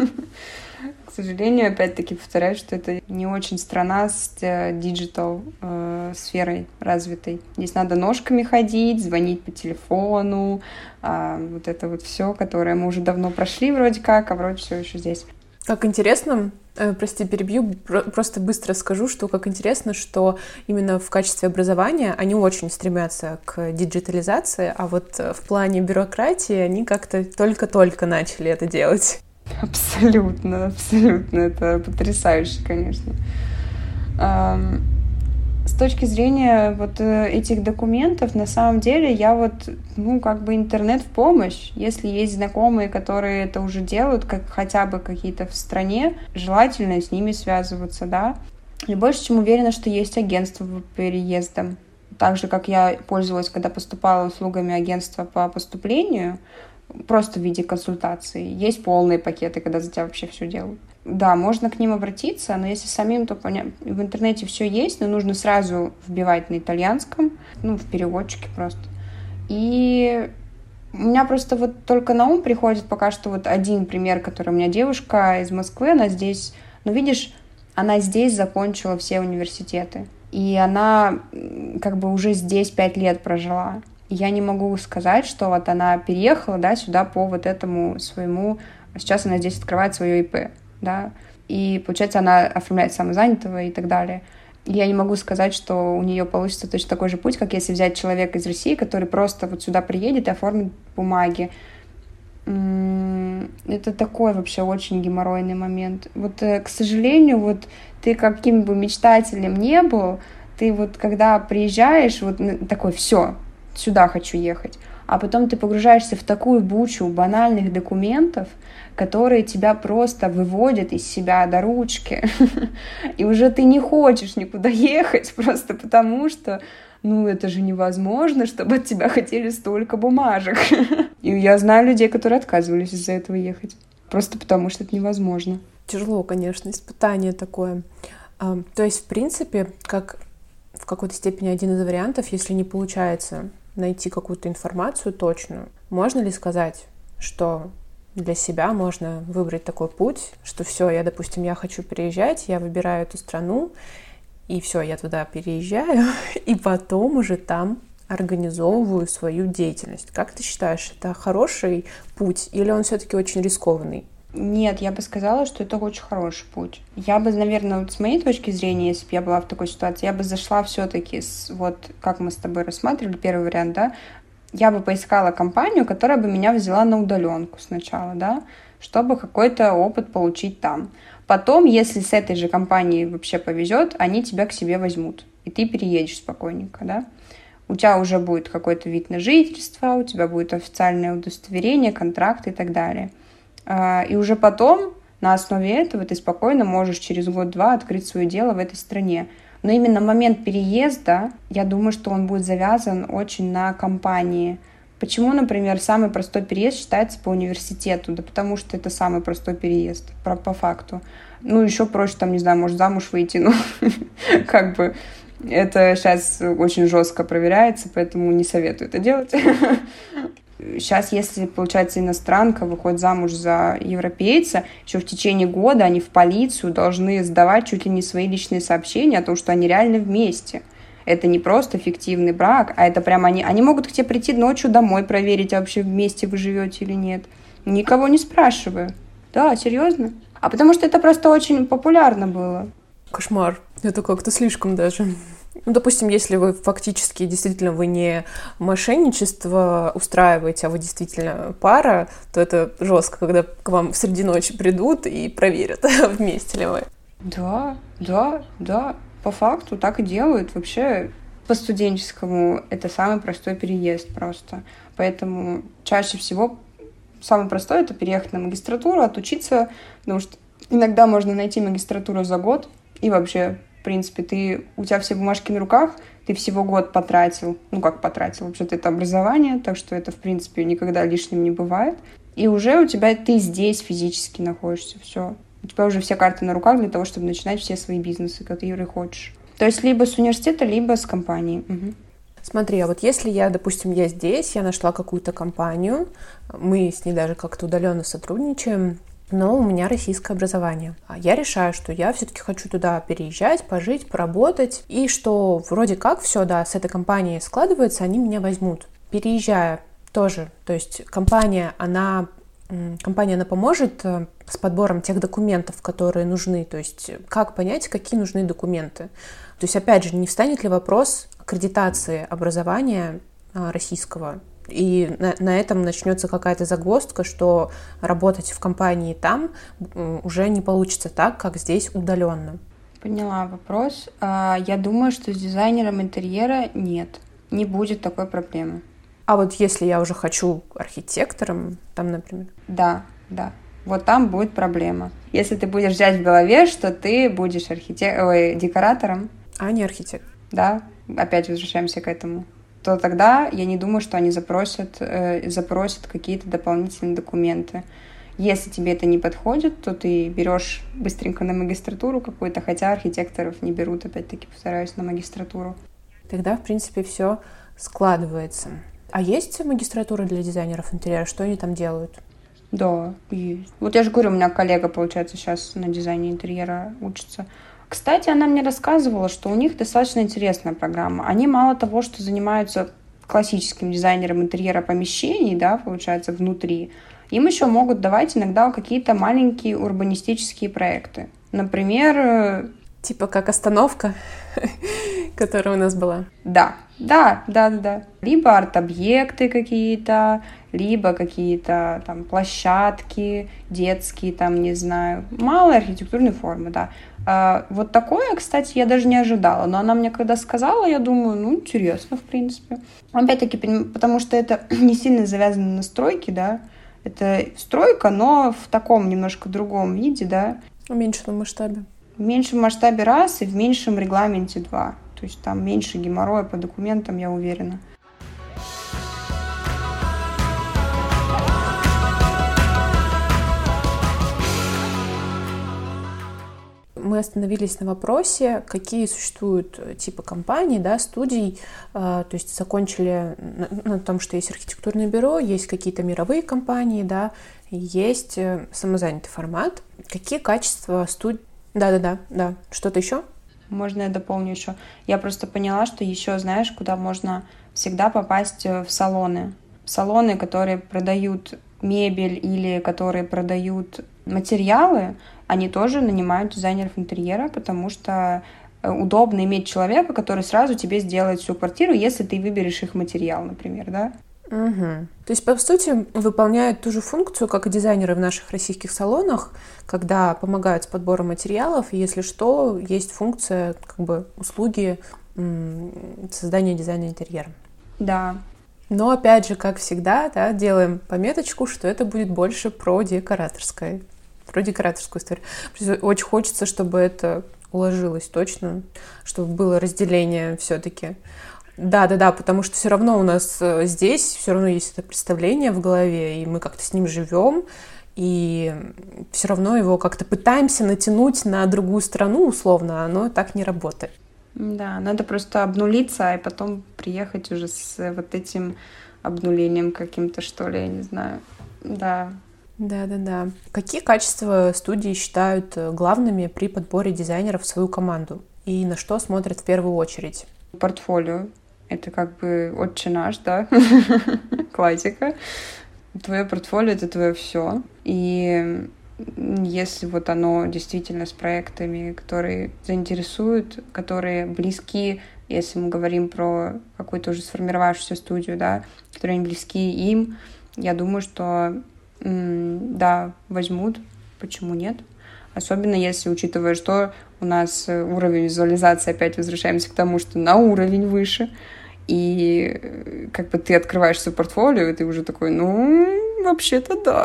К сожалению, опять-таки повторяю, что это не очень страна с диджитал сферой развитой. Здесь надо ножками ходить, звонить по телефону, вот это вот все, которое мы уже давно прошли вроде как, а вроде все еще здесь. Как интересно, прости, перебью, просто быстро скажу, что как интересно, что именно в качестве образования они очень стремятся к диджитализации, а вот в плане бюрократии они как-то только-только начали это делать. Абсолютно, абсолютно. Это потрясающе, конечно. С точки зрения вот этих документов, на самом деле, я вот, как бы интернет в помощь. Если есть знакомые, которые это уже делают, как хотя бы какие-то в стране, желательно с ними связываться, да. И больше чем уверена, что есть агентство по переездам. Так же, как я пользовалась, когда поступала услугами агентства по поступлению, просто в виде консультации. Есть полные пакеты, когда за тебя вообще все делают. Да, можно к ним обратиться, но если самим, то в интернете все есть, но нужно сразу вбивать на итальянском, в переводчике просто. И у меня просто вот только на ум приходит пока что вот один пример, который у меня девушка из Москвы, она здесь, видишь, она здесь закончила все университеты. И она как бы уже здесь 5 лет прожила. Я не могу сказать, что вот она переехала, да, сюда по вот этому своему... Сейчас она здесь открывает свое ИП, да, и, получается, она оформляет самозанятого и так далее. И я не могу сказать, что у нее получится точно такой же путь, как если взять человека из России, который просто вот сюда приедет и оформит бумаги. Это такой вообще очень геморройный момент. Вот, к сожалению, вот ты каким бы мечтателем не был, ты вот когда приезжаешь, вот такой, все, сюда хочу ехать, а потом ты погружаешься в такую бучу банальных документов, которые тебя просто выводят из себя до ручки, и уже ты не хочешь никуда ехать, просто потому что, это же невозможно, чтобы от тебя хотели столько бумажек. И я знаю людей, которые отказывались из-за этого ехать, просто потому что это невозможно. Тяжело, конечно, испытание такое. То есть, в принципе, как в какой-то степени один из вариантов, если не получается найти какую-то информацию точную, можно ли сказать, что для себя можно выбрать такой путь, что все, я хочу переезжать, я выбираю эту страну, и все, я туда переезжаю, и потом уже там организовываю свою деятельность. Как ты считаешь, это хороший путь или он все-таки очень рискованный? Нет, я бы сказала, что это очень хороший путь. Я бы, наверное, вот с моей точки зрения, если бы я была в такой ситуации, я бы зашла все-таки как мы с тобой рассматривали, первый вариант, да, я бы поискала компанию, которая бы меня взяла на удаленку сначала, да, чтобы какой-то опыт получить там. Потом, если с этой же компанией вообще повезет, они тебя к себе возьмут, и ты переедешь спокойненько, да. у тебя уже будет какой-то вид на жительство, у тебя будет официальное удостоверение, контракт и так далее. И уже потом на основе этого ты спокойно можешь через год-два открыть свое дело в этой стране. Но именно момент переезда, я думаю, что он будет завязан очень на компании. Почему, например, самый простой переезд считается по университету? Да потому что это самый простой переезд, по факту. Ну, еще проще, там, не знаю, может, замуж выйти, ну, как бы, это сейчас очень жестко проверяется, поэтому не советую это делать. Сейчас, если, получается, иностранка выходит замуж за европейца, еще в течение года они в полицию должны сдавать чуть ли не свои личные сообщения о том, что они реально вместе. Это не просто фиктивный брак, а это прям они могут к тебе прийти ночью домой проверить, а вообще вместе вы живете или нет. Никого не спрашивая. Да, серьезно. А потому что это просто очень популярно было. Кошмар. Это как-то слишком даже. Ну, допустим, если вы фактически, действительно, вы не мошенничество устраиваете, а вы действительно пара, то это жестко, когда к вам среди ночи придут и проверят, вместе ли вы. Да. По факту так и делают. Вообще, по студенческому это самый простой переезд просто. Поэтому чаще всего самый простой — это переехать на магистратуру, отучиться, потому что иногда можно найти магистратуру за год, и вообще, в принципе, у тебя все бумажки на руках, ты всего год потратил. Ну, как потратил? Вообще-то это образование, так что это, в принципе, никогда лишним не бывает. И уже у тебя ты здесь физически находишься, все. У тебя уже все карты на руках для того, чтобы начинать все свои бизнесы, которые хочешь. То есть либо с университета, либо с компании. Угу. Смотри, а вот если я, допустим, я здесь, я нашла какую-то компанию, мы с ней даже как-то удаленно сотрудничаем, но у меня российское образование. А я решаю, что я все-таки хочу туда переезжать, пожить, поработать, и что вроде как все, да, с этой компанией складывается, они меня возьмут. Переезжая тоже, то есть компания, она поможет с подбором тех документов, которые нужны, то есть как понять, какие нужны документы. То есть, опять же, не встанет ли вопрос аккредитации образования российского, и на этом начнется какая-то загвоздка, что работать в компании там уже не получится так, как здесь удаленно. Поняла вопрос. Я думаю, что с дизайнером интерьера не будет такой проблемы. А вот если я уже хочу архитектором, там, например? Да. Вот там будет проблема. Если ты будешь взять в голове, что ты будешь декоратором. А не архитектор. Да, опять возвращаемся к этому. То тогда я не думаю, что они запросят какие-то дополнительные документы. Если тебе это не подходит, то ты берешь быстренько на магистратуру какую-то, хотя архитекторов не берут, опять-таки, повторяюсь, на магистратуру. Тогда, в принципе, все складывается. А есть магистратура для дизайнеров интерьера? Что они там делают? Да, есть. Вот я же говорю, у меня коллега, получается, сейчас на дизайне интерьера учится. Кстати, она мне рассказывала, что у них достаточно интересная программа. Они мало того, что занимаются классическим дизайнером интерьера помещений, да, получается, внутри, им еще могут давать иногда какие-то маленькие урбанистические проекты. Например... Типа как остановка, которая у нас была. Да. Либо арт-объекты какие-то, либо какие-то там площадки детские, там, не знаю, малые архитектурные формы, да. Вот такое, кстати, я даже не ожидала, но она мне когда сказала, я думаю, интересно, в принципе. Опять-таки, потому что это не сильно завязано на стройке, да, это стройка, но в таком немножко другом виде, да. В меньшем масштабе. В меньшем масштабе раз и в меньшем регламенте два. То есть там меньше геморроя по документам, я уверена. Мы остановились на вопросе, какие существуют типы компаний, да, студий, то есть закончили на том, что есть архитектурное бюро, есть какие-то мировые компании, да, есть самозанятый формат. Какие качества студий? Да. Что-то еще? Можно я дополню еще? Я просто поняла, что еще, знаешь, куда можно всегда попасть в салоны. Салоны, которые продают мебель или которые продают материалы, они тоже нанимают дизайнеров интерьера, потому что удобно иметь человека, который сразу тебе сделает всю квартиру, если ты выберешь их материал, например, да? Угу. То есть, по сути, выполняют ту же функцию, как и дизайнеры в наших российских салонах, когда помогают с подбором материалов, и если что, есть функция, как бы, услуги создания дизайна интерьера. Да. Но опять же, как всегда, да, делаем пометочку, что это будет больше про декораторскую историю. Очень хочется, чтобы это уложилось точно, чтобы было разделение все-таки. Да, потому что все равно у нас здесь все равно есть это представление в голове, и мы как-то с ним живем, и все равно его как-то пытаемся натянуть на другую страну условно, а оно так не работает. Да, надо просто обнулиться, и потом приехать уже с вот этим обнулением каким-то, что ли, я не знаю. Да. Да. Какие качества студии считают главными при подборе дизайнеров в свою команду? И на что смотрят в первую очередь? Портфолио. Это как бы отче наш, да? Классика. Твое портфолио — это твое все. И если вот оно действительно с проектами, которые заинтересуют, которые близки, если мы говорим про какую-то уже сформировавшуюся студию, да, которые близки им, я думаю, что да, возьмут, почему нет? Особенно если, учитывая, что у нас уровень визуализации, опять возвращаемся к тому, что на уровень выше, и как бы ты открываешь свое портфолио, и ты уже такой, вообще-то да.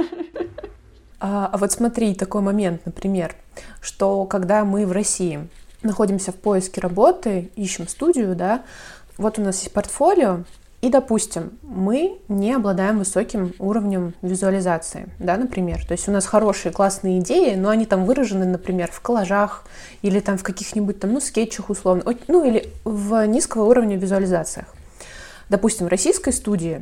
А вот смотри, такой момент, например, что когда мы в России находимся в поиске работы, ищем студию, да, вот у нас есть портфолио, и, допустим, мы не обладаем высоким уровнем визуализации, да, например. То есть у нас хорошие, классные идеи, но они там выражены, например, в коллажах или там в каких-нибудь там, скетчах условно, или в низкого уровня визуализациях. Допустим, в российской студии,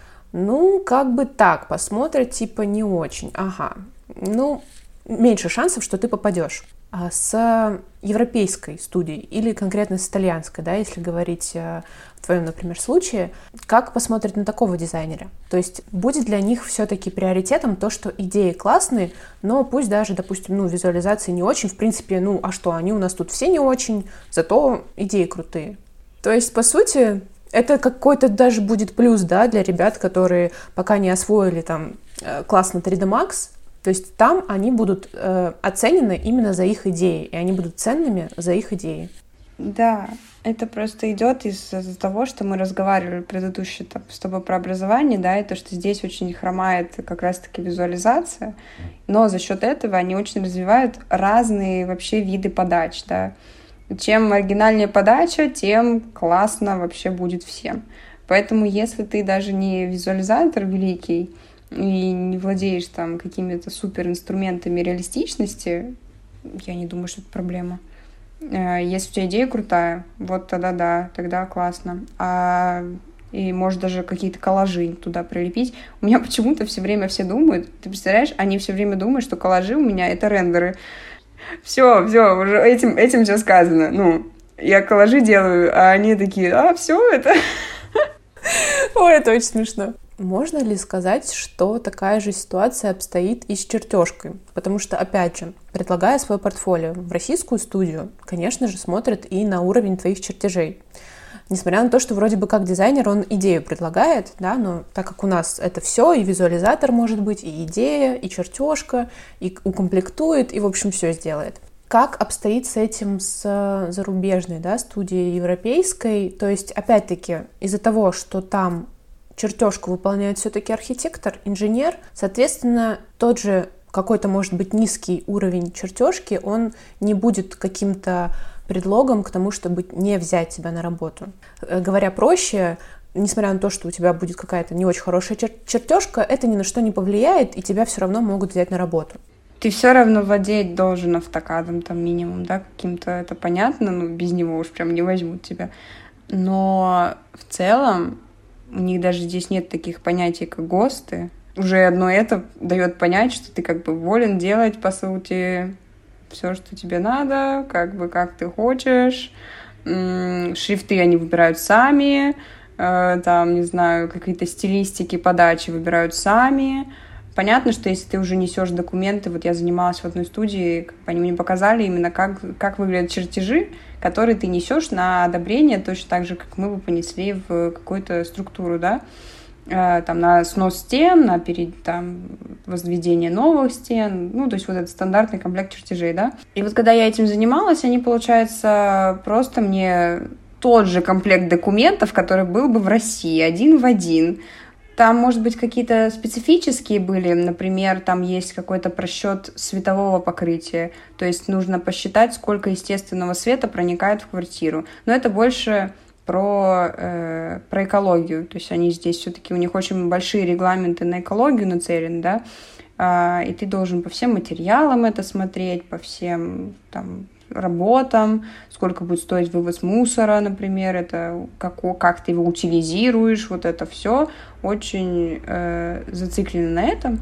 как бы так, посмотрят, типа, не очень. Ага, меньше шансов, что ты попадешь. А с европейской студией или конкретно с итальянской, да, если говорить в твоем, например, случае, как посмотрят на такого дизайнера? То есть будет для них все-таки приоритетом то, что идеи классные, но пусть даже, допустим, визуализации не очень, в принципе, а что, они у нас тут все не очень, зато идеи крутые. То есть, по сути, это какой-то даже будет плюс, да, для ребят, которые пока не освоили там классно 3D Max. То есть там они будут оценены именно за их идеи, и они будут ценными за их идеи. Да, это просто идет из-за того, что мы разговаривали предыдущий с тобой про образование, да, и то, что здесь очень хромает как раз-таки визуализация, но за счет этого они очень развивают разные вообще виды подач, да. Чем оригинальнее подача, тем классно вообще будет всем. Поэтому если ты даже не визуализатор великий, и не владеешь там какими-то суперинструментами реалистичности, я не думаю, что это проблема. Если у тебя идея крутая, вот тогда да, тогда классно. И может даже какие-то коллажи туда прилепить. У меня почему-то все время все думают, ты представляешь, они все время думают, что коллажи у меня — это рендеры. Все, уже этим все сказано. Я коллажи делаю, а они такие, все это... Ой, это очень смешно. Можно ли сказать, что такая же ситуация обстоит и с чертежкой? Потому что, опять же, предлагая свое портфолио в российскую студию, конечно же, смотрят и на уровень твоих чертежей. Несмотря на то, что вроде бы как дизайнер он идею предлагает, да, но так как у нас это все, и визуализатор может быть, и идея, и чертежка, и укомплектует, и, в общем, все сделает. Как обстоит с этим с зарубежной, да, студией европейской? То есть, опять-таки, из-за того, что там чертежку выполняет все-таки архитектор, инженер, соответственно, тот же какой-то, может быть, низкий уровень чертежки, он не будет каким-то предлогом к тому, чтобы не взять тебя на работу. Говоря проще, несмотря на то, что у тебя будет какая-то не очень хорошая чертежка, это ни на что не повлияет, и тебя все равно могут взять на работу. Ты все равно владеть должен автокадом, там, минимум, да, каким-то, это понятно, без него уж прям не возьмут тебя. Но в целом у них даже здесь нет таких понятий, как ГОСТы. Уже одно это дает понять, что ты как бы волен делать, по сути, все, что тебе надо, как бы как ты хочешь. Шрифты они выбирают сами, там, не знаю, какие-то стилистики подачи выбирают сами. Понятно, что если ты уже несешь документы, вот я занималась в одной студии, как бы они мне показали именно, как выглядят чертежи, которые ты несешь на одобрение, точно так же, как мы бы понесли в какую-то структуру, да. там, на снос стен, на возведение новых стен, ну, то есть вот этот стандартный комплект чертежей, да. И вот когда я этим занималась, они, получается, просто мне тот же комплект документов, который был бы в России, один в один. Там, может быть, какие-то специфические были, например, там есть какой-то просчет светового покрытия, то есть нужно посчитать, сколько естественного света проникает в квартиру. Но это больше про экологию, то есть они здесь все-таки, у них очень большие регламенты на экологию нацелены, да, и ты должен по всем материалам это смотреть, по всем там работам, сколько будет стоить вывоз мусора, например, это как ты его утилизируешь, вот это все очень зациклено на этом,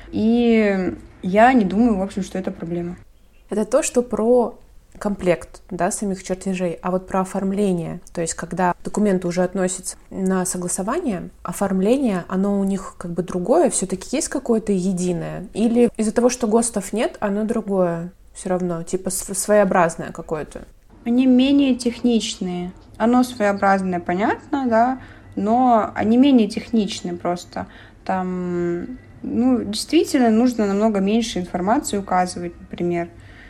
и я не думаю, в общем, что это проблема. Это то, что про комплект, да, самих чертежей, а вот про оформление, то есть когда документы уже относятся на согласование, оформление, оно у них как бы другое, все-таки есть какое-то единое, или из-за того, что ГОСТов нет, оно другое все равно, типа своеобразное какое-то? Они менее техничные, оно своеобразное, понятно, да, но они менее техничны просто, там, ну, действительно нужно намного меньше информации указывать, например.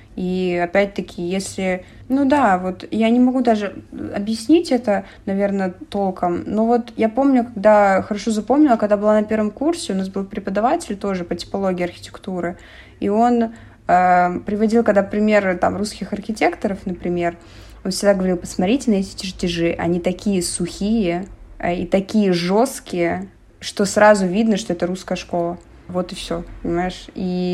И опять-таки, если... Ну да, вот я не могу даже объяснить это, наверное, толком, но вот я помню, хорошо запомнила, когда была на первом курсе, у нас был преподаватель тоже по типологии архитектуры, и он приводил, когда примеры там русских архитекторов, например, он всегда говорил: посмотрите на эти чертежи, они такие сухие и такие жесткие, что сразу видно, что это русская школа. Вот и все, понимаешь?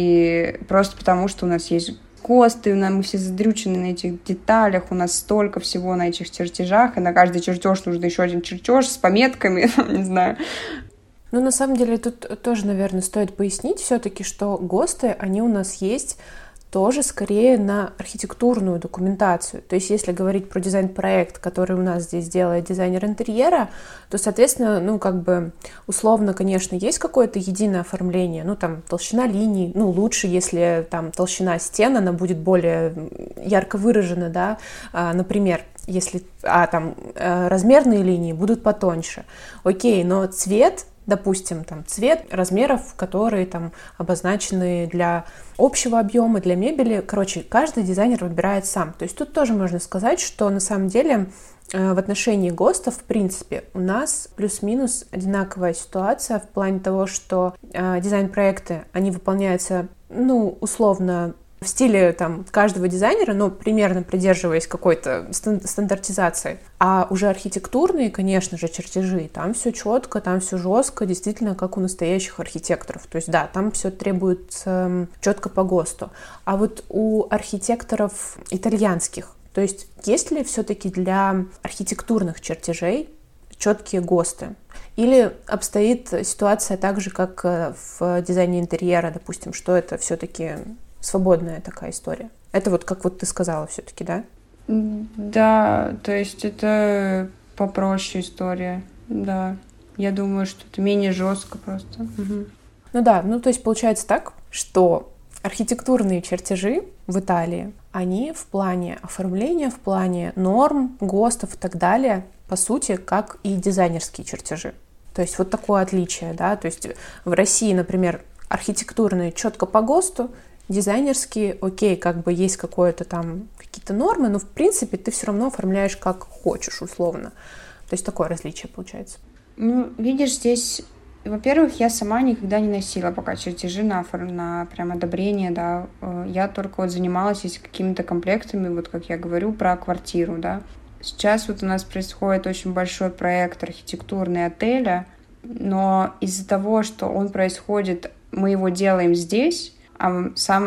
И просто потому, что у нас есть ГОСТы, мы все задрючены на этих деталях, у нас столько всего на этих чертежах, и на каждый чертеж нужно еще один чертеж с пометками, не знаю. Ну, на самом деле, тут тоже, наверное, стоит пояснить все-таки, что ГОСТы, они у нас есть тоже скорее на архитектурную документацию. То есть, если говорить про дизайн-проект, который у нас здесь делает дизайнер интерьера, то, соответственно, ну, как бы, условно, конечно, есть какое-то единое оформление, ну, там, толщина линий, ну, лучше, если там толщина стен, она будет более ярко выражена, да, например, если, там, размерные линии будут потоньше. Окей, но цвет, допустим, там цвет размеров, которые там обозначены для общего объема, для мебели. Короче, каждый дизайнер выбирает сам. То есть тут тоже можно сказать, что на самом деле в отношении ГОСТов, в принципе, у нас плюс-минус одинаковая ситуация в плане того, что дизайн-проекты, они выполняются, ну, условно, в стиле там каждого дизайнера, но примерно придерживаясь какой-то стандартизации. А уже архитектурные, конечно же, чертежи, там все четко, там все жестко, действительно, как у настоящих архитекторов. То есть, да, там все требуется четко по ГОСТу. А вот у архитекторов итальянских, то есть, есть ли все-таки для архитектурных чертежей четкие ГОСТы? Или обстоит ситуация так же, как в дизайне интерьера, допустим, что это все-таки свободная такая история? Это вот как вот ты сказала все-таки, да? Да, то есть это попроще история, да. Я думаю, что это менее жестко просто. Угу. Ну да, ну то есть получается так, что архитектурные чертежи в Италии, они в плане оформления, в плане норм, ГОСТов и так далее, по сути, как и дизайнерские чертежи. То есть вот такое отличие, да, то есть в России, например, архитектурные четко по ГОСТу, дизайнерские, окей, как бы есть какое-то там, какие-то нормы, но в принципе ты все равно оформляешь как хочешь, условно. То есть такое различие получается. Ну, видишь, здесь, во-первых, я сама никогда не носила пока чертежи на прям одобрение, да. Я только вот занималась какими-то комплектами, вот как я говорю, про квартиру, да. Сейчас вот у нас происходит очень большой проект архитектурный отеля, но из-за того, что он происходит, мы его делаем здесь, а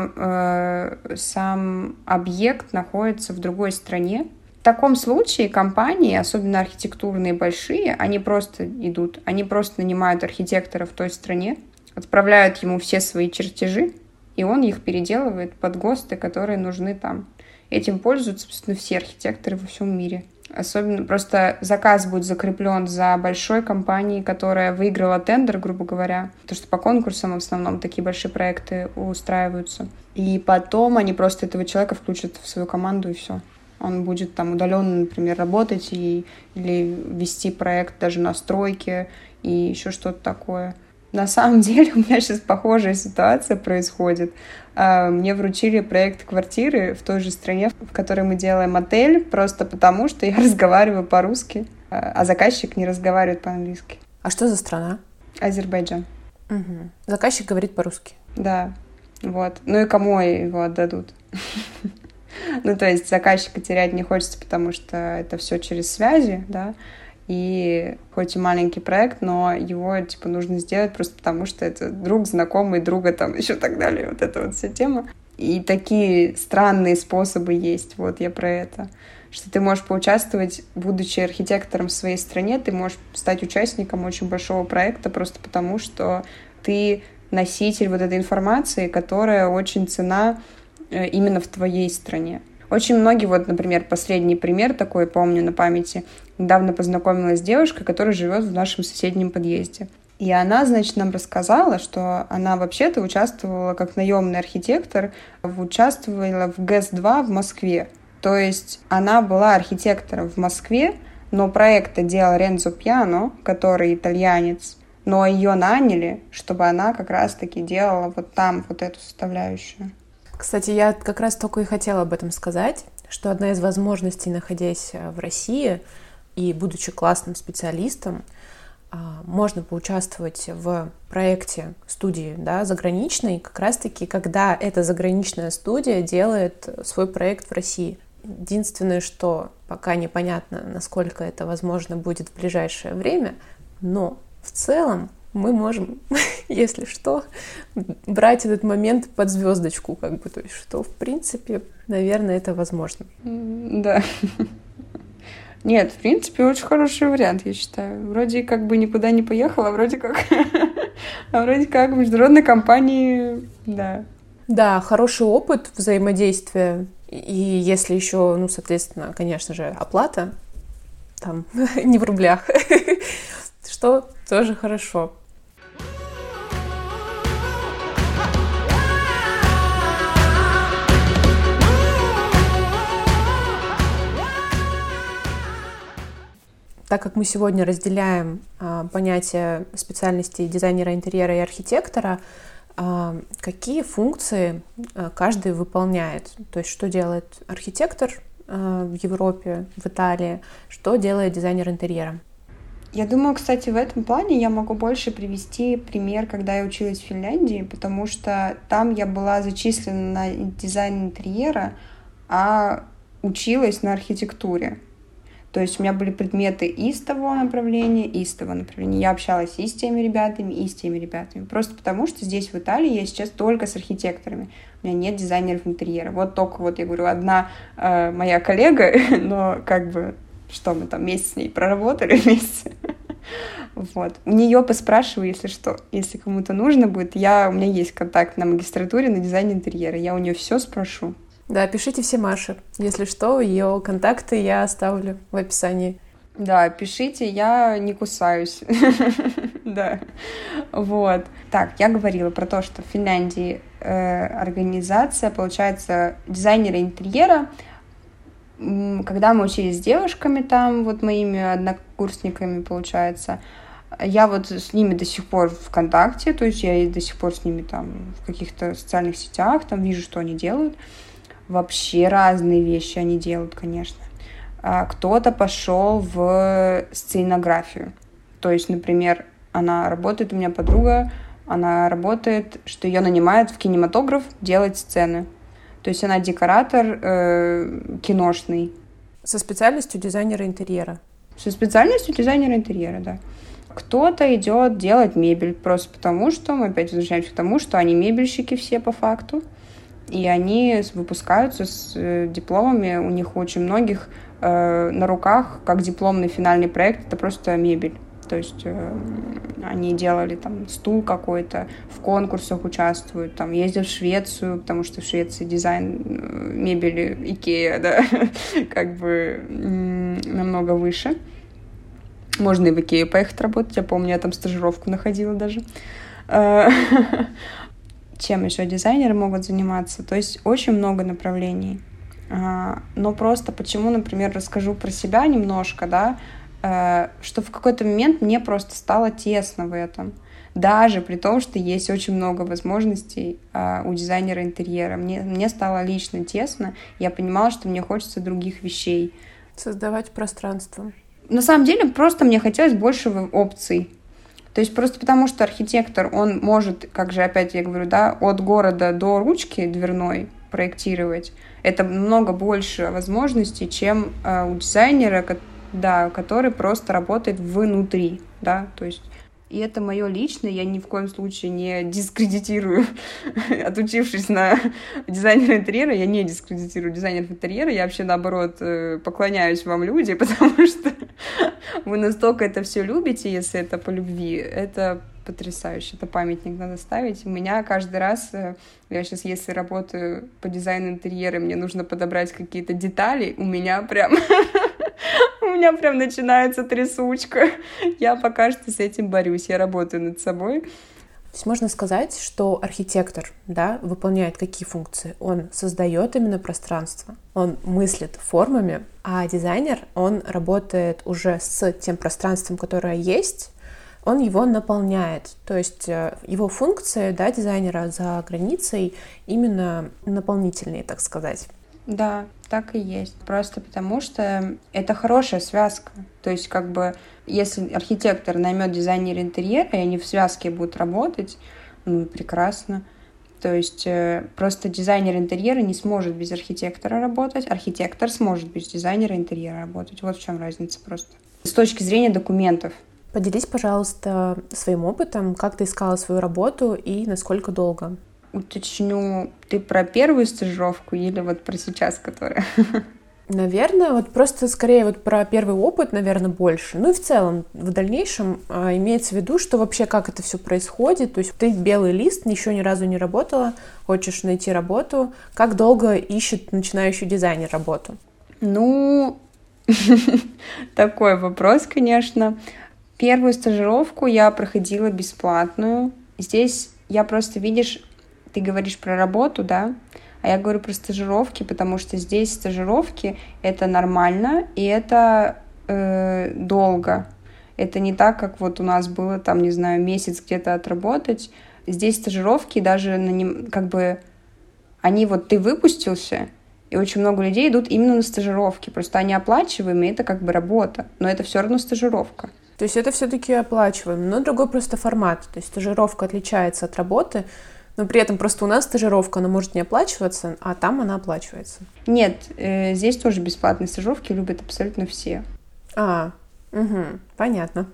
сам объект находится в другой стране. В таком случае компании, особенно архитектурные большие, они просто нанимают архитектора в той стране, отправляют ему все свои чертежи, и он их переделывает под ГОСТы, которые нужны там. Этим пользуются, собственно, все архитекторы во всем мире. Особенно просто заказ будет закреплен за большой компанией, которая выиграла тендер, грубо говоря. Потому что по конкурсам в основном такие большие проекты устраиваются. И потом они просто этого человека включат в свою команду, и все. Он будет там удаленно, например, работать или вести проект даже на стройке и еще что-то такое. На самом деле у меня сейчас похожая ситуация происходит. Мне вручили проект квартиры в той же стране, в которой мы делаем отель, просто потому что я разговариваю по-русски, а заказчик не разговаривает по-английски. А что за страна? Азербайджан. Угу. Заказчик говорит по-русски? Да, вот. Ну и кому его отдадут? Ну, то есть заказчика терять не хочется, потому что это все через связи, да, и хоть и маленький проект, но его, типа, нужно сделать просто потому, что это друг, знакомый друга, там, еще так далее, вот эта вот вся тема. И такие странные способы есть, вот я про это, что ты можешь поучаствовать, будучи архитектором в своей стране, ты можешь стать участником очень большого проекта просто потому, что ты носитель вот этой информации, которая очень ценна именно в твоей стране. Очень многие, вот, например, последний пример такой, помню на памяти, недавно познакомилась с девушкой, которая живет в нашем соседнем подъезде. И она, значит, нам рассказала, что она вообще-то участвовала как наемный архитектор, участвовала в ГЭС-2 в Москве. То есть она была архитектором в Москве, но проект делал Ренцо Пьяно, который итальянец, но ее наняли, чтобы она как раз-таки делала вот там вот эту составляющую. Кстати, я как раз только и хотела об этом сказать, что одна из возможностей, находясь в России и будучи классным специалистом, можно поучаствовать в проекте студии, да, заграничной, как раз-таки, когда эта заграничная студия делает свой проект в России. Единственное, что пока непонятно, насколько это возможно будет в ближайшее время, но в целом мы можем, если что, брать этот момент под звездочку, как бы, то есть, что, в принципе, наверное, это возможно. Да. Нет, в принципе, очень хороший вариант, я считаю. Вроде как бы никуда не поехала, вроде как в международной компании, да. Да, хороший опыт взаимодействия. И если еще, ну, соответственно, конечно же, оплата, там, не в рублях, что тоже хорошо. Так как мы сегодня разделяем понятия специальностей дизайнера интерьера и архитектора, какие функции каждый выполняет? То есть что делает архитектор в Европе, в Италии, что делает дизайнер интерьера? Я думаю, кстати, в этом плане я могу больше привести пример, когда я училась в Финляндии, потому что там я была зачислена на дизайн интерьера, а училась на архитектуре. То есть у меня были предметы и с того направления, и с того направления. Я общалась и с теми ребятами, и с теми ребятами. Просто потому, что здесь, в Италии, я сейчас только с архитекторами. У меня нет дизайнеров интерьера. Вот только, вот я говорю, одна моя коллега, но как бы, что мы там месяц с ней проработали вместе. Вот. У нее поспрашиваю, если что. Если кому-то нужно будет, у меня есть контакт на магистратуре на дизайн интерьера. Я у нее все спрошу. Да, пишите все Маше. Если что, ее контакты я оставлю в описании. Да, пишите, я не кусаюсь. Да. Вот. Так, я говорила про то, что в Финляндии организация, получается, дизайнера интерьера. Когда мы учились с девушками там, вот моими однокурсниками, получается, я вот с ними до сих пор в контакте, то есть я до сих пор с ними там в каких-то социальных сетях, там вижу, что они делают. Вообще разные вещи они делают, конечно. Кто-то пошел в сценографию. То есть, например, она работает, у меня подруга, она работает, что ее нанимают в кинематограф делать сцены. То есть она декоратор киношный. Со специальностью дизайнера интерьера. Со специальностью дизайнера интерьера, да. Кто-то идет делать мебель, просто потому что, мы опять возвращаемся к тому, что они мебельщики все по факту. И они выпускаются с дипломами, у них очень многих на руках, как дипломный финальный проект, это просто мебель. То есть они делали там стул какой-то, в конкурсах участвуют, там ездят в Швецию, потому что в Швеции дизайн мебели Икеа, да, как бы намного выше. Можно и в Икею поехать работать, я помню, я там стажировку находила даже. Чем еще дизайнеры могут заниматься? То есть очень много направлений. Но просто почему, например, расскажу про себя немножко, да, что в какой-то момент мне просто стало тесно в этом. Даже при том, что есть очень много возможностей у дизайнера интерьера. Мне стало лично тесно. Я понимала, что мне хочется других вещей. Создавать пространство. На самом деле, просто мне хотелось больше опций. То есть просто потому, что архитектор, он может, как же опять я говорю, да, от города до ручки дверной проектировать. Это много больше возможностей, чем у дизайнера, да, который просто работает внутри, да, то есть и это мое личное, я ни в коем случае не дискредитирую, отучившись на дизайнера интерьера, я не дискредитирую дизайнеров интерьера, я вообще, наоборот, поклоняюсь вам, люди, потому что вы настолько это все любите, если это по любви, это потрясающе, это памятник надо ставить. У меня каждый раз, я сейчас, если работаю по дизайну интерьера, мне нужно подобрать какие-то детали, у меня прям начинается трясучка. Я пока что с этим борюсь, я работаю над собой. То есть можно сказать, что архитектор, да, выполняет какие функции? Он создает именно пространство, он мыслит формами, а дизайнер, он работает уже с тем пространством, которое есть, он его наполняет. То есть его функции, да, дизайнера за границей именно наполнительные, так сказать. Да, так и есть. Просто потому что это хорошая связка. То есть как бы если архитектор наймет дизайнера интерьера, и они в связке будут работать, прекрасно. То есть просто дизайнер интерьера не сможет без архитектора работать, архитектор сможет без дизайнера интерьера работать. Вот в чем разница просто. С точки зрения документов. Поделись, пожалуйста, своим опытом, как ты искала свою работу и насколько долго? Уточню, ты про первую стажировку или вот про сейчас, которая? Наверное, вот просто скорее вот про первый опыт, наверное, больше. Ну и в целом, в дальнейшем имеется в виду, что вообще как это все происходит. То есть ты белый лист, еще ни разу не работала, хочешь найти работу. Как долго ищет начинающий дизайнер работу? Ну, такой вопрос, конечно. Первую стажировку я проходила бесплатную. Здесь я просто, видишь, ты говоришь про работу, да, а я говорю про стажировки, потому что здесь стажировки — это нормально, и это долго. Это не так, как вот у нас было, там, не знаю, месяц где-то отработать. Здесь стажировки даже как бы они вот ты выпустился, и очень много людей идут именно на стажировки. Просто они оплачиваемые, это как бы работа, но это все равно стажировка. То есть это все-таки оплачиваем, но другой просто формат. То есть стажировка отличается от работы, но при этом просто у нас стажировка, она может не оплачиваться, а там она оплачивается. Нет, здесь тоже бесплатные стажировки любят абсолютно все. Понятно.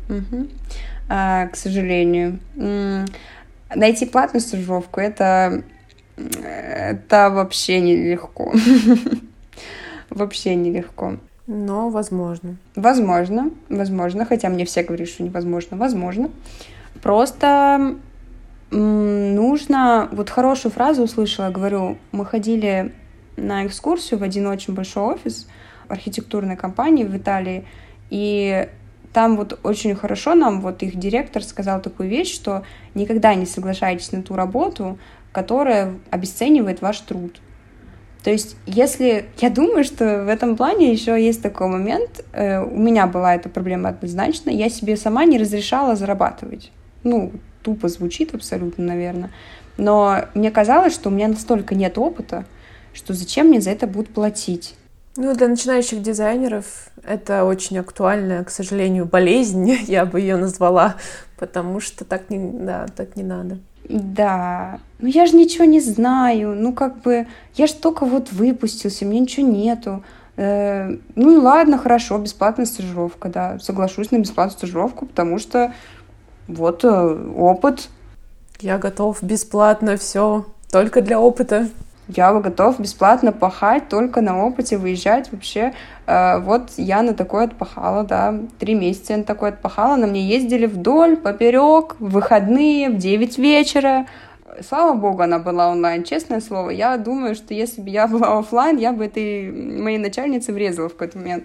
К сожалению. Найти платную стажировку — это вообще нелегко. Вообще нелегко. Но возможно. Возможно, хотя мне все говорят, что невозможно. Возможно. Просто нужно... Вот хорошую фразу услышала, говорю, мы ходили на экскурсию в один очень большой офис архитектурной компании в Италии, и там вот очень хорошо нам вот их директор сказал такую вещь, что никогда не соглашайтесь на ту работу, которая обесценивает ваш труд. То есть, если... Я думаю, что в этом плане еще есть такой момент, у меня была эта проблема однозначно, я себе сама не разрешала зарабатывать. Тупо звучит абсолютно, наверное. Но мне казалось, что у меня настолько нет опыта, что зачем мне за это будут платить? Для начинающих дизайнеров это очень актуальная, к сожалению, болезнь, я бы ее назвала, потому что так не надо. Да, я же ничего не знаю, я же только вот выпустился, мне ничего нету. Ладно, хорошо, бесплатная стажировка, да, соглашусь на бесплатную стажировку, потому что вот опыт. Я готов бесплатно все, только для опыта. Я готов бесплатно пахать, только на опыте выезжать вообще. Вот я на такое отпахала, да, 3 месяца я на такое отпахала, на мне ездили вдоль, поперек, в выходные, в 9 вечера. Слава богу, она была онлайн, честное слово. Я думаю, что если бы я была офлайн, я бы этой моей начальнице врезала в какой-то момент.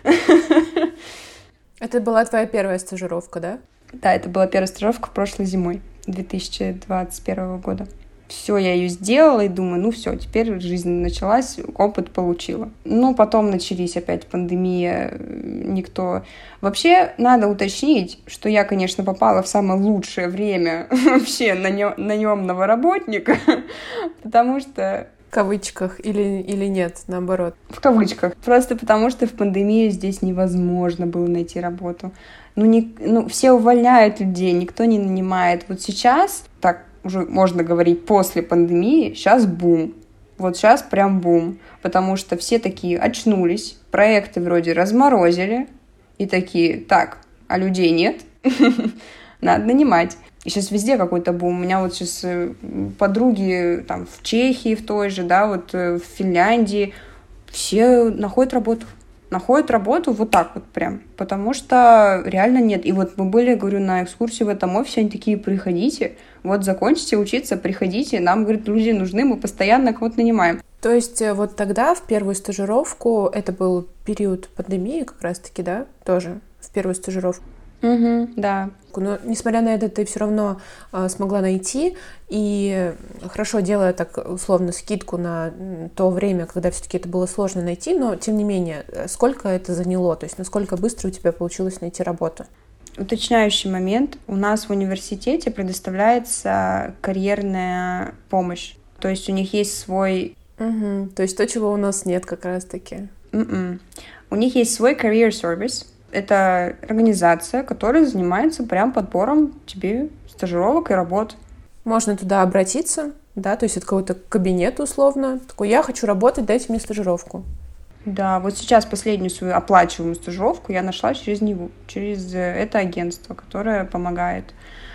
Это была твоя первая стажировка, да? Да, это была первая стажировка прошлой зимой, 2021 года. Все, я ее сделала и думаю, ну все, теперь жизнь началась, опыт получила. Но потом начались опять пандемия, никто... Вообще, надо уточнить, что я, конечно, попала в самое лучшее время вообще наемного работника, потому что... В кавычках или нет, наоборот? В кавычках. Просто потому что в пандемию здесь невозможно было найти работу. Все увольняют людей, никто не нанимает. Вот сейчас, так уже можно говорить после пандемии, сейчас бум. Вот сейчас прям бум. Потому что все такие очнулись, проекты вроде разморозили, и такие, так, а людей нет, надо нанимать. И сейчас везде какой-то бум. У меня вот сейчас подруги там в Чехии, в той же, да, вот в Финляндии, все находят работу вот так вот прям, потому что реально нет. И вот мы были, говорю, на экскурсии в этом офисе, они такие, приходите, вот закончите учиться, приходите, нам, говорит, люди нужны, мы постоянно кого-то нанимаем. То есть вот тогда, в первую стажировку, это был период пандемии как раз-таки, да, тоже, в первую стажировку? Угу, да. Но, несмотря на это, ты все равно смогла найти, и хорошо, делая так условно скидку на то время, когда все-таки это было сложно найти, но тем не менее, сколько это заняло, то есть насколько быстро у тебя получилось найти работу? Уточняющий момент. У нас в университете предоставляется карьерная помощь, то есть у них есть свой... Угу. То есть то, чего у нас нет как раз-таки. У них есть свой career service. Это организация, которая занимается прям подбором тебе стажировок и работ. Можно туда обратиться, да, то есть это какой-то кабинет условно. Такой, я хочу работать, дайте мне стажировку. Да, вот сейчас последнюю свою оплачиваемую стажировку я нашла через него, через это агентство, которое помогает.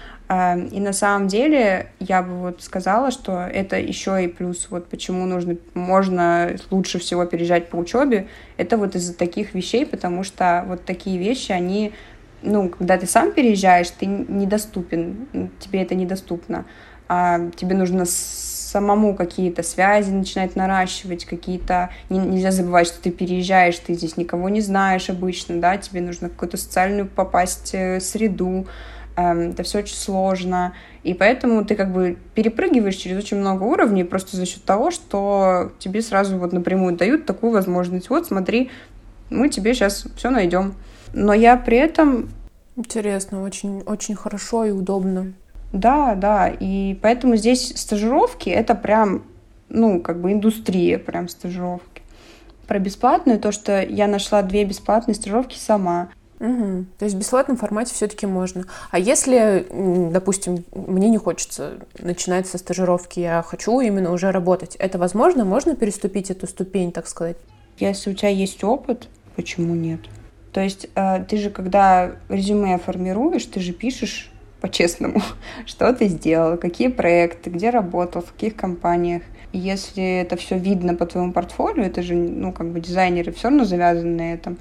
И на самом деле я бы вот сказала, что это еще и плюс, вот почему можно лучше всего переезжать по учебе, это вот из-за таких вещей, потому что вот такие вещи, они, когда ты сам переезжаешь, ты недоступен, тебе это недоступно, тебе нужно самому какие-то связи начинать наращивать, какие-то... Нельзя забывать, что ты переезжаешь, ты здесь никого не знаешь обычно, да, тебе нужно в какую-то социальную попасть среду, это все очень сложно, и поэтому ты как бы перепрыгиваешь через очень много уровней просто за счет того, что тебе сразу вот напрямую дают такую возможность. Вот смотри, мы тебе сейчас все найдем. Но я при этом... Интересно, очень, очень хорошо и удобно. Да, и поэтому здесь стажировки — это прям, индустрия прям стажировки. Про бесплатную, то, что я нашла 2 бесплатные стажировки сама. Угу. То есть в бесплатном формате все-таки можно. А если, допустим, мне не хочется начинать со стажировки, я хочу именно уже работать, это возможно? Можно переступить эту ступень, так сказать? Если у тебя есть опыт, почему нет? То есть ты же, когда резюме формируешь, ты же пишешь по-честному, что ты сделал, какие проекты, где работал, в каких компаниях. И если это все видно по твоему портфолио, это же, дизайнеры все равно завязаны на этом.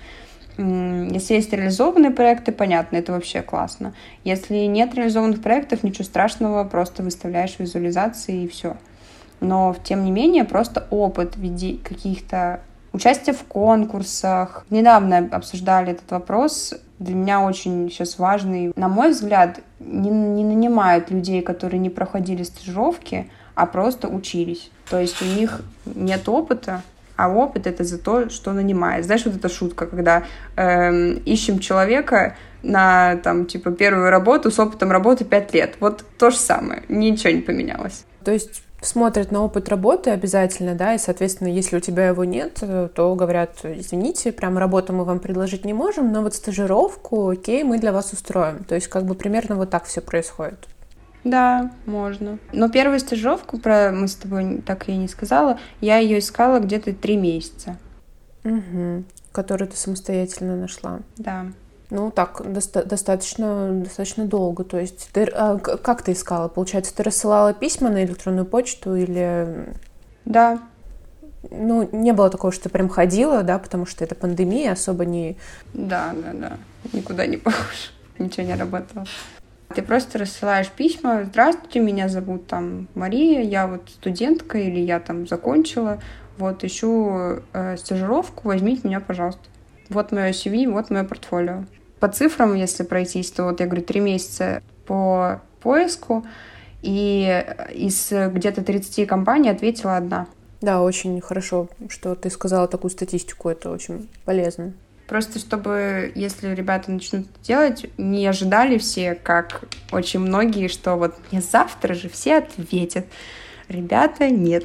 Если есть реализованные проекты, понятно, это вообще классно. Если нет реализованных проектов, ничего страшного, просто выставляешь визуализации и все. Но, тем не менее, просто опыт в виде каких-то участия в конкурсах. Недавно обсуждали этот вопрос. Для меня очень сейчас важный. На мой взгляд, не нанимают людей, которые не проходили стажировки, а просто учились. То есть у них нет опыта, а опыт — это за то, что нанимает. Знаешь, вот эта шутка, когда ищем человека на, первую работу с опытом работы 5 лет. Вот то же самое, ничего не поменялось. То есть смотрят на опыт работы обязательно, да, и, соответственно, если у тебя его нет, то говорят, извините, прям работу мы вам предложить не можем, но вот стажировку, окей, мы для вас устроим. То есть примерно вот так все происходит. Да, можно. Но первую стажировку, мы с тобой так и не сказала, я ее искала где-то 3 месяца. Угу. Которую ты самостоятельно нашла. Да. Так, достаточно долго. То есть как ты искала? Получается, ты рассылала письма на электронную почту или... Да. Не было такого, что ты прям ходила, да, потому что это пандемия, особо не... Да. Никуда не похож. Ничего не работало. Ты просто рассылаешь письма: здравствуйте, меня зовут Мария, я вот студентка, или я закончила, вот ищу стажировку, возьмите меня, пожалуйста. Вот мое CV, вот мое портфолио. По цифрам, если пройтись, то вот я говорю, 3 месяца по поиску, И из где-то 30 компаний ответила одна. Да, очень хорошо, что ты сказала такую статистику, это очень полезно. Просто чтобы, если ребята начнут это делать, не ожидали все, как очень многие, что вот мне завтра же все ответят. Ребята, нет.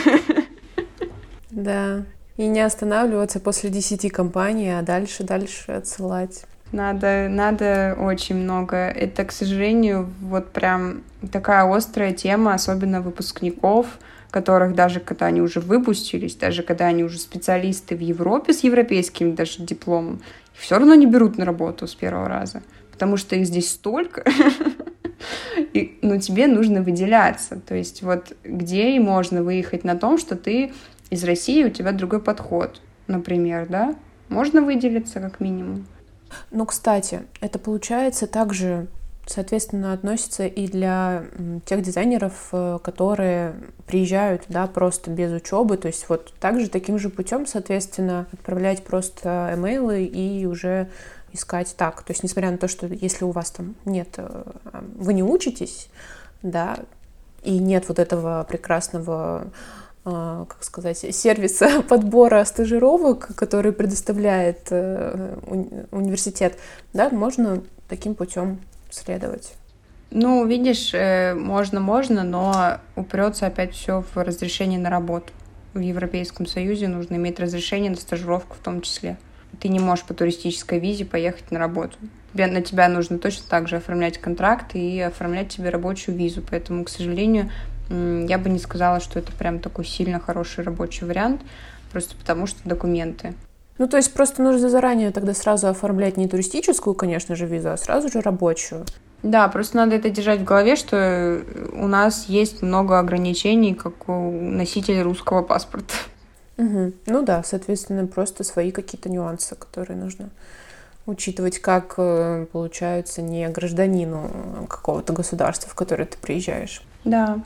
Да, и не останавливаться после 10 компаний, а дальше отсылать. Надо очень много. Это, к сожалению, вот прям такая острая тема, особенно выпускников, которых даже когда они уже выпустились, даже когда они уже специалисты в Европе с европейским даже дипломом, их все равно не берут на работу с первого раза, потому что их здесь столько, но тебе нужно выделяться. То есть вот где и можно выехать на том, что ты из России, у тебя другой подход, например, да? Можно выделиться как минимум. Ну, кстати, это получается также, соответственно, относится и для тех дизайнеров, которые приезжают, да, просто без учебы, то есть вот также таким же путем, соответственно, отправлять просто имейлы и уже искать так. То есть, несмотря на то, что если у вас там нет, вы не учитесь, да, и нет вот этого прекрасного, как сказать, сервиса подбора стажировок, который предоставляет университет, да, можно таким путем следовать. Ну, видишь, можно, но упрется опять все в разрешение на работу. В Европейском Союзе нужно иметь разрешение на стажировку в том числе. Ты не можешь по туристической визе поехать на работу. На тебя нужно точно так же оформлять контракт и оформлять тебе рабочую визу. Поэтому, к сожалению, я бы не сказала, что это прям такой сильно хороший рабочий вариант, просто потому что документы. Ну, то есть просто нужно заранее тогда сразу оформлять не туристическую, конечно же, визу, а сразу же рабочую. Да, просто надо это держать в голове, что у нас есть много ограничений, как у носителей русского паспорта. Угу. Ну да, соответственно, просто свои какие-то нюансы, которые нужно учитывать, как получается не гражданину какого-то государства, в которое ты приезжаешь. Да.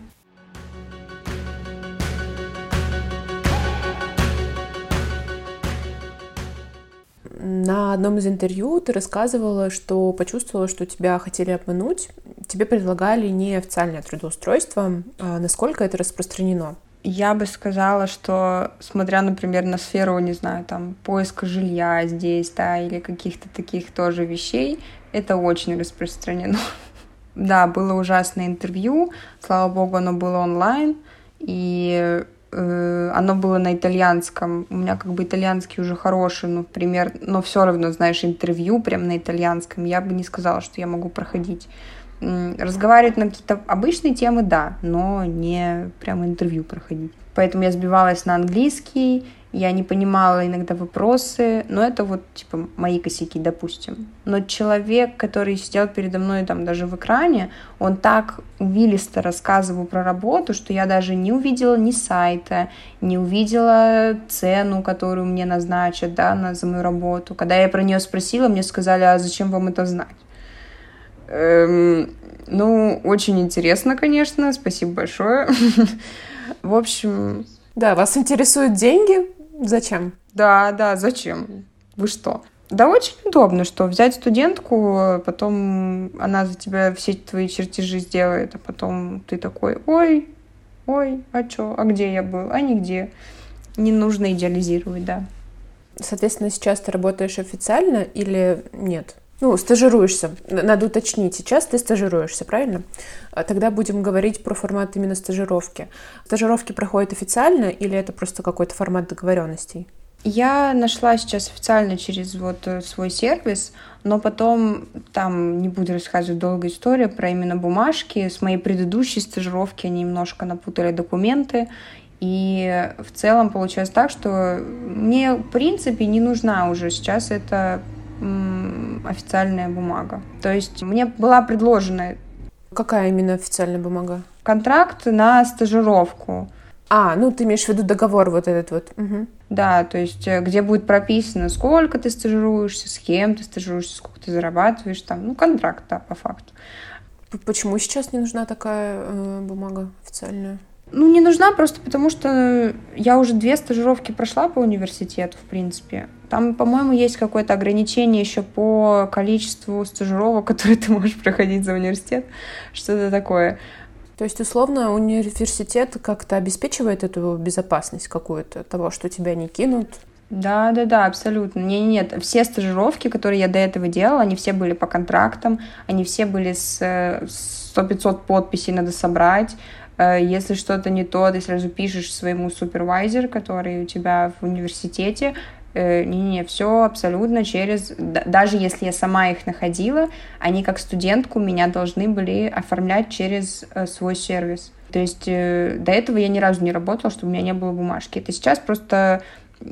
На одном из интервью ты рассказывала, что почувствовала, что тебя хотели обмануть. Тебе предлагали неофициальное трудоустройство. Насколько это распространено? Я бы сказала, что, смотря, например, на сферу, не знаю, там, поиска жилья здесь, да, или каких-то таких тоже вещей, это очень распространено. Да, было ужасное интервью, слава богу, оно было онлайн, и оно было на итальянском. У меня как бы итальянский уже хороший, ну, например, но все равно, знаешь, интервью прям на итальянском. Я бы не сказала, что я могу проходить. Разговаривать на какие-то обычные темы, да, но не прям интервью проходить. Поэтому я сбивалась на английский, я не понимала иногда вопросы, но это вот, типа, мои косяки, допустим. Но человек, который сидел передо мной там даже в экране, он так увилисто рассказывал про работу, что я даже не увидела ни сайта, не увидела цену, которую мне назначат, да, за мою работу. Когда я про нее спросила, мне сказали, а зачем вам это знать? Ну, очень интересно, конечно, спасибо большое. В общем... Да, вас интересуют деньги? Зачем? Да, зачем? Вы что? Да, очень удобно, что взять студентку, потом она за тебя все твои чертежи сделает, а потом ты такой, ой, а чё, а где я был? А нигде. Не нужно идеализировать, да. Соответственно, сейчас ты работаешь официально или нет? Ну, стажируешься. Надо уточнить, сейчас ты стажируешься, правильно? Тогда будем говорить про формат именно стажировки. Стажировки проходят официально или это просто какой-то формат договоренностей? Я нашла сейчас официально через вот свой сервис, но потом, там, не буду рассказывать долгую историю про именно бумажки. С моей предыдущей стажировки они немножко напутали документы. И в целом получилось так, что мне, в принципе, не нужна уже сейчас эта официальная бумага. То есть мне была предложена... Какая именно официальная бумага? Контракт на стажировку. Ну ты имеешь в виду договор вот этот вот. Угу. Да, то есть где будет прописано, сколько ты стажируешься, с кем ты стажируешься, сколько ты зарабатываешь, там, ну, контракт, да, по факту. Почему сейчас не нужна такая бумага официальная? Ну, не нужна просто потому, что я уже 2 стажировки прошла по университету, в принципе. Там, по-моему, есть какое-то ограничение еще по количеству стажировок, которые ты можешь проходить за университет. Что-то такое. То есть, условно, университет как-то обеспечивает эту безопасность какую-то, того, что тебя не кинут? Да, абсолютно. Нет, все стажировки, которые я до этого делала, они все были по контрактам, они все были с 100-500 подписей надо собрать. Если что-то не то, ты сразу пишешь своему супервайзеру, который у тебя в университете. Все абсолютно через... Даже если я сама их находила, они как студентку меня должны были оформлять через свой сервис. То есть до этого я ни разу не работала, чтобы у меня не было бумажки. Это сейчас просто...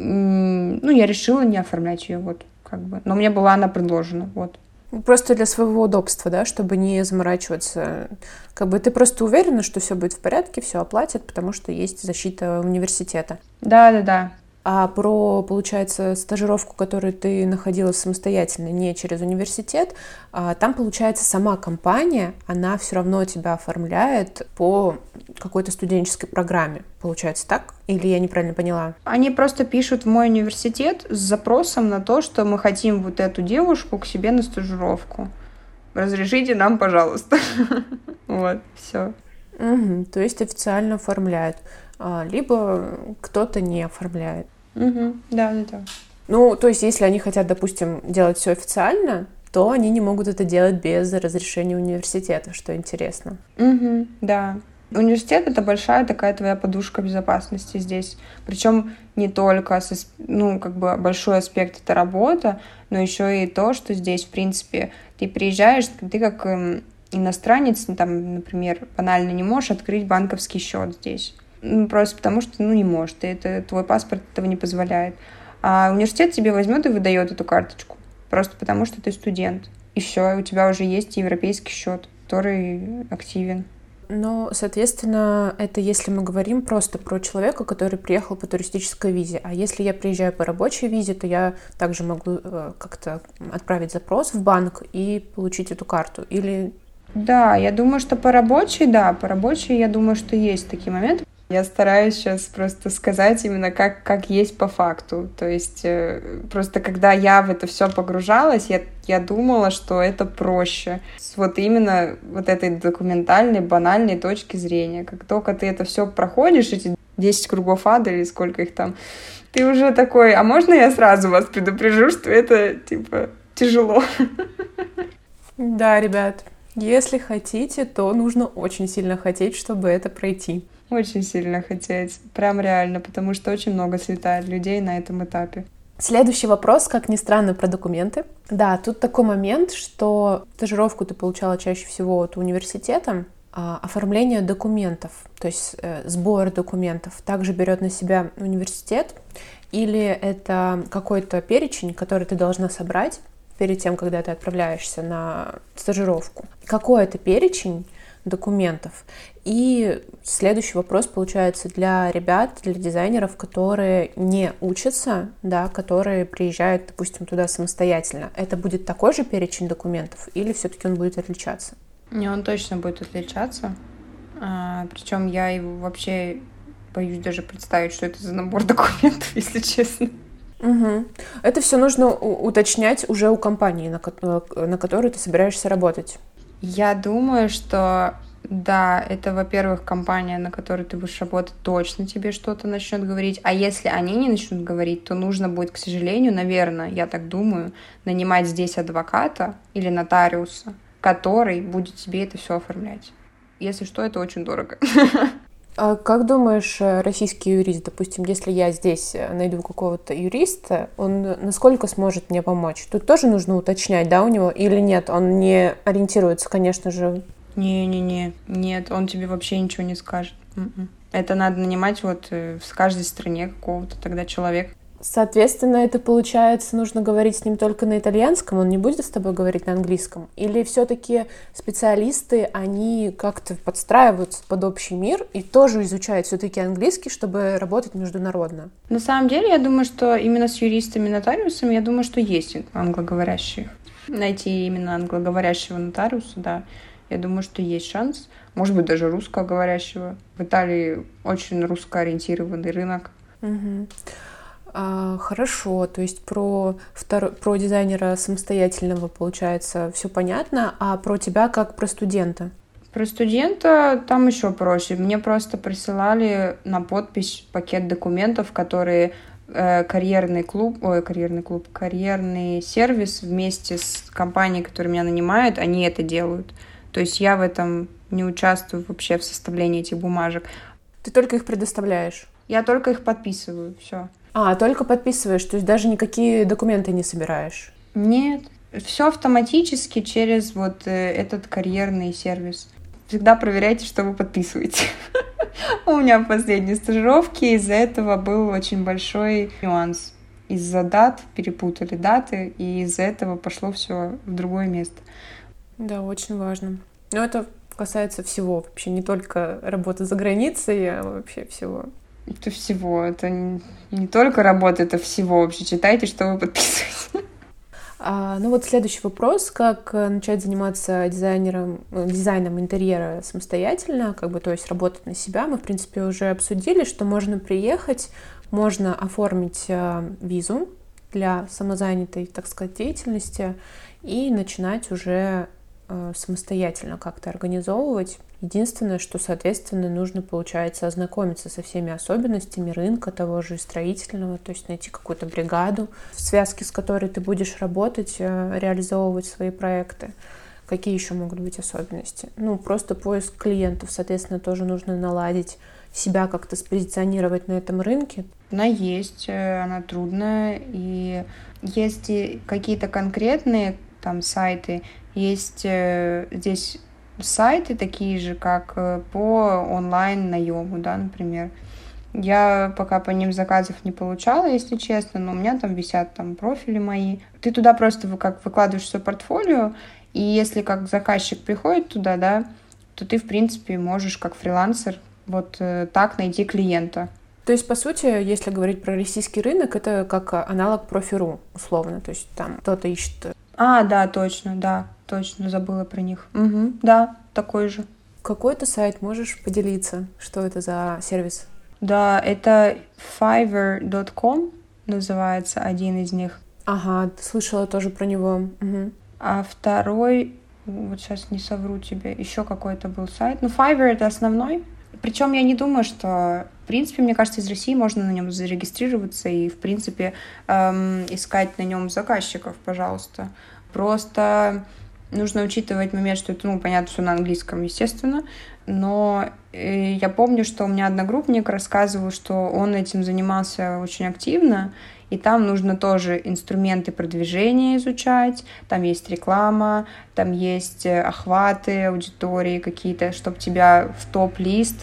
я решила не оформлять ее, Но мне была она предложена, Просто для своего удобства, да, чтобы не заморачиваться. Ты просто уверена, что все будет в порядке, все оплатят, потому что есть защита университета. Да. А получается, стажировку, которую ты находила самостоятельно, не через университет, там, получается, сама компания, она все равно тебя оформляет по какой-то студенческой программе. Получается так? Или я неправильно поняла? Они просто пишут в мой университет с запросом на то, что мы хотим вот эту девушку к себе на стажировку. Разрешите нам, пожалуйста. Все. То есть официально оформляют. Либо кто-то не оформляет. Да. То есть, если они хотят, допустим, делать все официально, то они не могут это делать без разрешения университета, что интересно. Да. Университет — это большая такая твоя подушка безопасности здесь. Причем не только, большой аспект — это работа, но еще и то, что здесь, в принципе, ты приезжаешь, ты как иностранец, например, банально не можешь открыть банковский счет здесь. Просто потому что, не можешь. Твой паспорт этого не позволяет. А университет тебе возьмет и выдает эту карточку. Просто потому что ты студент. И все, у тебя уже есть европейский счет, который активен. Соответственно, это если мы говорим просто про человека, который приехал по туристической визе. А если я приезжаю по рабочей визе, то я также могу как-то отправить запрос в банк и получить эту карту. Или... Да, я думаю, что по рабочей, я думаю, что есть такие моменты. Я стараюсь сейчас просто сказать именно как есть по факту. То есть просто когда я в это все погружалась, я думала, что это проще. С именно этой документальной, банальной точки зрения. Как только ты это все проходишь, эти 10 кругов ада или сколько их там, ты уже такой, а можно я сразу вас предупрежу, что это, тяжело? Да, ребят, если хотите, то нужно очень сильно хотеть, чтобы это пройти. Очень сильно хотеть, прям реально, потому что очень много слетает людей на этом этапе. Следующий вопрос, как ни странно, про документы. Да, тут такой момент, что стажировку ты получала чаще всего от университета, а оформление документов, то есть сбор документов, также берет на себя университет, или это какой-то перечень, который ты должна собрать перед тем, когда ты отправляешься на стажировку. Какой это перечень документов? И следующий вопрос, получается, для ребят, для дизайнеров, которые не учатся, да, которые приезжают, допустим, туда самостоятельно. Это будет такой же перечень документов или все-таки он будет отличаться? Не, он точно будет отличаться. Причем я его вообще боюсь даже представить, что это за набор документов, если честно. Угу. Это все нужно уточнять уже у компании, на которой ты собираешься работать. Я думаю, что да, это, во-первых, компания, на которой ты будешь работать, точно тебе что-то начнет говорить. А если они не начнут говорить, то нужно будет, к сожалению, наверное, я так думаю, нанимать здесь адвоката или нотариуса, который будет тебе это все оформлять. Если что, это очень дорого. А как думаешь, российский юрист, допустим, если я здесь найду какого-то юриста, он насколько сможет мне помочь? Тут тоже нужно уточнять, да, у него или нет? Он не ориентируется, конечно же. Нет, он тебе вообще ничего не скажет. Это надо нанимать в каждой стране какого-то тогда человека. Соответственно, это получается, нужно говорить с ним только на итальянском, он не будет с тобой говорить на английском? Или все-таки специалисты, они как-то подстраиваются под общий мир и тоже изучают все-таки английский, чтобы работать международно? На самом деле, я думаю, что именно с юристами и нотариусами, я думаю, что есть англоговорящие. Найти именно англоговорящего нотариуса, да, я думаю, что есть шанс. Может быть, даже русскоговорящего. В Италии очень русскоориентированный рынок. Угу. Хорошо, то есть про дизайнера самостоятельного, получается, все понятно, а про тебя как про студента? Про студента там еще проще. Мне просто присылали на подпись пакет документов, которые карьерный сервис вместе с компанией, которая меня нанимает, они это делают. То есть я в этом не участвую вообще в составлении этих бумажек. Ты только их предоставляешь? Я только их подписываю, все. Только подписываешь, то есть даже никакие документы не собираешь? Нет, все автоматически через вот этот карьерный сервис. Всегда проверяйте, что вы подписываете. У меня в последней стажировке из-за этого был очень большой нюанс. Из-за дат перепутали даты, и из-за этого пошло все в другое место. Да, очень важно. Но это касается всего вообще, не только работы за границей, а вообще всего. Это всего, это не только работа, это всего вообще. Читайте, что вы подписываете. Вот следующий вопрос. Как начать заниматься дизайном интерьера самостоятельно, то есть работать на себя. Мы, в принципе, уже обсудили, что можно приехать, можно оформить визу для самозанятой, так сказать, деятельности и начинать уже самостоятельно как-то организовывать. Единственное, что, соответственно, нужно, получается, ознакомиться со всеми особенностями рынка того же строительного, то есть найти какую-то бригаду, в связке с которой ты будешь работать, реализовывать свои проекты. Какие еще могут быть особенности? Просто поиск клиентов, соответственно, тоже нужно наладить, себя как-то спозиционировать на этом рынке. Она есть, она трудная, и есть какие-то конкретные там сайты, есть здесь сайты такие же, как по онлайн-наему, да, например. Я пока по ним заказов не получала, если честно, но у меня там висят профили мои. Ты туда просто выкладываешь свое портфолио, и если как заказчик приходит туда, да, то ты, в принципе, можешь как фрилансер вот так найти клиента. То есть, по сути, если говорить про российский рынок, это как аналог Профи.ру, условно. То есть там кто-то ищет... Да, точно, забыла про них. Угу, да, такой же. Какой-то сайт можешь поделиться? Что это за сервис? Да, это Fiverr.com называется один из них. Ага, слышала тоже про него. Угу. А второй, вот сейчас не совру тебе, еще какой-то был сайт. Fiverr — это основной. Причем я не думаю, что... В принципе, мне кажется, из России можно на нем зарегистрироваться и, в принципе, искать на нем заказчиков, пожалуйста. Просто нужно учитывать момент, что это, понятно, все на английском, естественно, но я помню, что у меня одногруппник рассказывал, что он этим занимался очень активно, и там нужно тоже инструменты продвижения изучать, там есть реклама, там есть охваты аудитории какие-то, чтобы тебя в топ-лист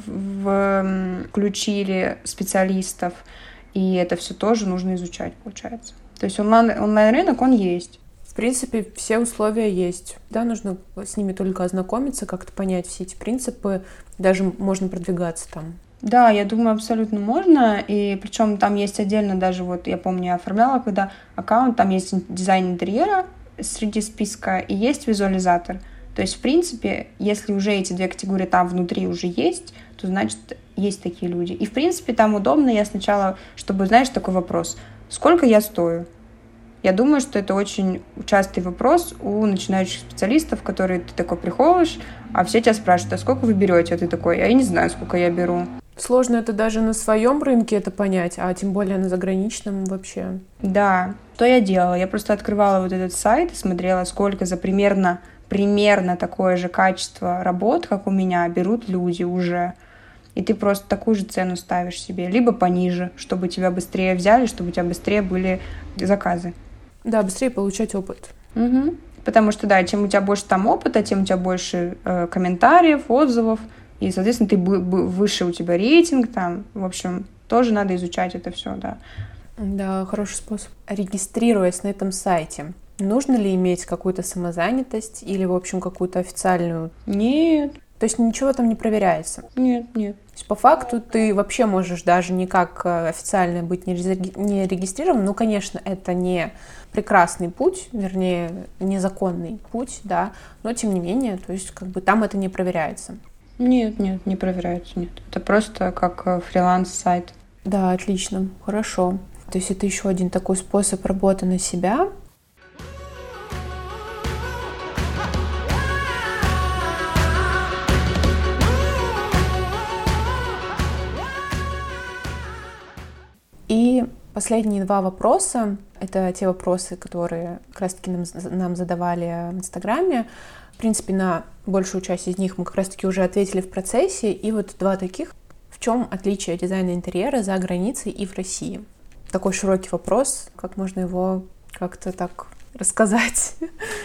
включили специалистов, и это все тоже нужно изучать, получается. То есть онлайн-рынок, он есть. В принципе, все условия есть. Да, нужно с ними только ознакомиться, как-то понять все эти принципы, даже можно продвигаться там. Да, я думаю, абсолютно можно, и причем там есть отдельно даже, я помню, я оформляла, когда аккаунт, там есть дизайн интерьера среди списка и есть визуализатор. То есть, в принципе, если уже эти две категории там внутри уже есть, то, значит, есть такие люди. И, в принципе, там удобно, я сначала, чтобы, такой вопрос, сколько я стою? Я думаю, что это очень частый вопрос у начинающих специалистов, которые ты такой приходишь, а все тебя спрашивают, а сколько вы берете? А ты такой, я не знаю, сколько я беру. Сложно это даже на своем рынке это понять, а тем более на заграничном вообще. Да, что я делала? Я просто открывала вот этот сайт и смотрела, сколько за примерно такое же качество работ, как у меня, берут люди уже. И ты просто такую же цену ставишь себе, либо пониже, чтобы тебя быстрее взяли, чтобы у тебя быстрее были заказы. Да, быстрее получать опыт. Угу. Потому что, да, чем у тебя больше там опыта, тем у тебя больше комментариев, отзывов, и, соответственно, выше у тебя рейтинг там. В общем, тоже надо изучать это все, да. Да, хороший способ. Регистрируясь на этом сайте, нужно ли иметь какую-то самозанятость или, в общем, какую-то официальную? Нет. То есть ничего там не проверяется? Нет. То есть по факту ты вообще можешь даже никак официально быть не регистрирован. Конечно, это не прекрасный путь, вернее, незаконный путь, да, но тем не менее, то есть там это не проверяется. Нет, не проверяется, нет. Это просто как фриланс-сайт. Да, отлично, хорошо. То есть это еще один такой способ работы на себя. Последние 2 вопроса — это те вопросы, которые как раз-таки нам задавали в Инстаграме. В принципе, на большую часть из них мы как раз-таки уже ответили в процессе. И вот 2 таких. В чем отличие дизайна интерьера за границей и в России? Такой широкий вопрос, как можно его как-то так рассказать?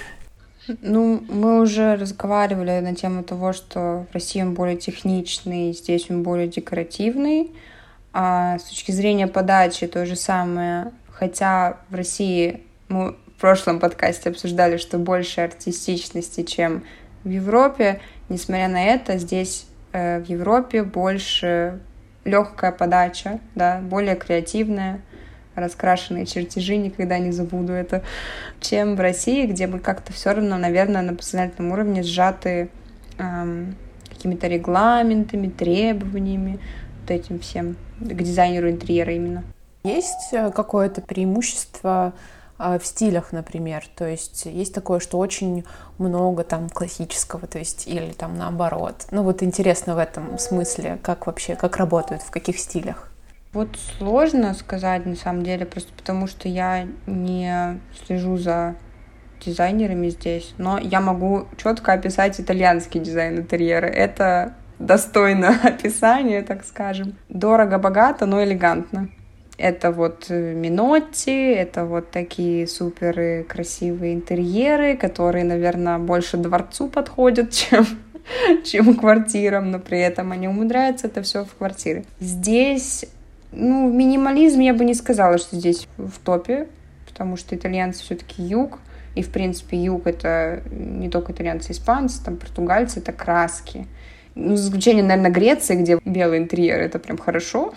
Ну, мы уже разговаривали на тему того, что в России он более техничный, здесь он более декоративный. А с точки зрения подачи то же самое. Хотя в России мы в прошлом подкасте обсуждали, что больше артистичности, чем в Европе. Несмотря на это, здесь в Европе больше легкая подача, да, более креативная, раскрашенные чертежи, никогда не забуду это, чем в России, где мы как-то все равно, наверное, на подсознательном уровне сжаты какими-то регламентами, требованиями, вот этим всем, к дизайнеру интерьера именно. Есть какое-то преимущество в стилях, например? То есть есть такое, что очень много там классического, то есть или там наоборот. Ну вот интересно в этом смысле, как вообще, как работают, в каких стилях? Вот сложно сказать, на самом деле, просто потому что я не слежу за дизайнерами здесь, но я могу четко описать итальянский дизайн интерьера. Это достойно описания, так скажем. Дорого-богато, но элегантно. Это вот Минотти, это вот такие супер красивые интерьеры, которые, наверное, больше дворцу подходят, чем квартирам, но при этом они умудряются это все в квартиры. Здесь, минимализм я бы не сказала, что здесь в топе, потому что итальянцы все-таки юг, и, в принципе, юг — это не только итальянцы, испанцы, там, португальцы — это краски. За исключением, наверное, Греции, где белый интерьер — это прям хорошо.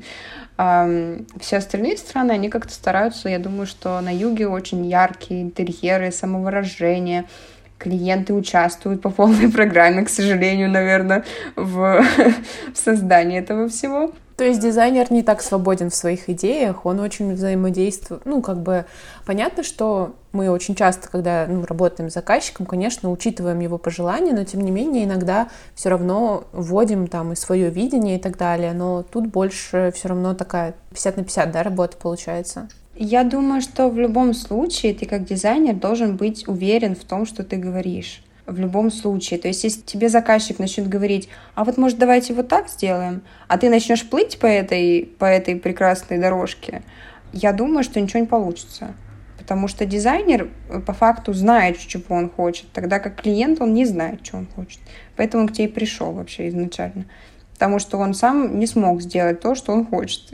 Все остальные страны, они как-то стараются, я думаю, что на юге очень яркие интерьеры, самовыражение, клиенты участвуют по полной программе, к сожалению, наверное, в создании этого всего. То есть дизайнер не так свободен в своих идеях, он очень взаимодействует. Понятно, что мы очень часто, когда работаем с заказчиком, конечно, учитываем его пожелания, но тем не менее иногда все равно вводим там и свое видение и так далее, но тут больше все равно такая 50 на 50, да, работа получается. Я думаю, что в любом случае ты как дизайнер должен быть уверен в том, что ты говоришь. В любом случае. То есть, если тебе заказчик начнет говорить, а вот, может, давайте вот так сделаем, а ты начнешь плыть по этой прекрасной дорожке, я думаю, что ничего не получится. Потому что дизайнер по факту знает, чего он хочет, тогда как клиент, он не знает, что он хочет. Поэтому он к тебе и пришел вообще изначально. Потому что он сам не смог сделать то, что он хочет.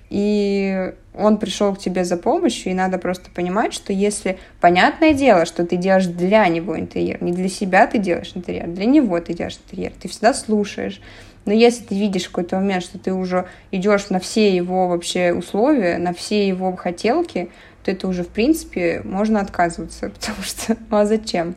И он пришел к тебе за помощью, и надо просто понимать, что если... Понятное дело, что ты делаешь для него интерьер, не для себя ты делаешь интерьер, для него ты делаешь интерьер, ты всегда слушаешь. Но если ты видишь в какой-то момент, что ты уже идешь на все его вообще условия, на все его хотелки, то это уже, в принципе, можно отказываться, потому что, а зачем?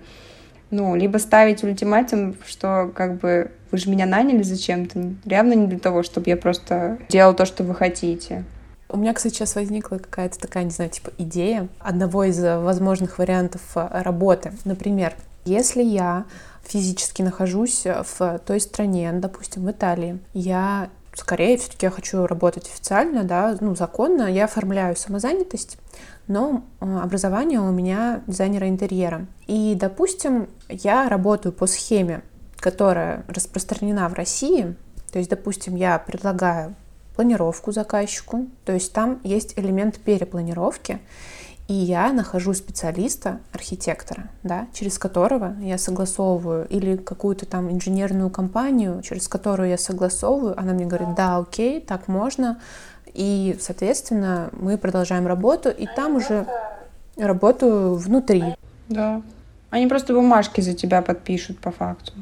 Либо ставить ультиматум, что вы же меня наняли зачем-то, явно не для того, чтобы я просто делала то, что вы хотите. У меня, кстати, сейчас возникла какая-то такая, не знаю, идея одного из возможных вариантов работы. Например, если я физически нахожусь в той стране, допустим, в Италии, я скорее все-таки хочу работать официально, да, законно, я оформляю самозанятость, но образование у меня дизайнера интерьера. И, допустим, я работаю по схеме, которая распространена в России, то есть, допустим, я предлагаю планировку заказчику, то есть там есть элемент перепланировки, и я нахожу специалиста, архитектора, да, через которого я согласовываю, или какую-то там инженерную компанию, через которую я согласовываю, она мне говорит, да, окей, так можно, и, соответственно, мы продолжаем работу, и там уже работаю внутри. Да, они просто бумажки за тебя подпишут по факту,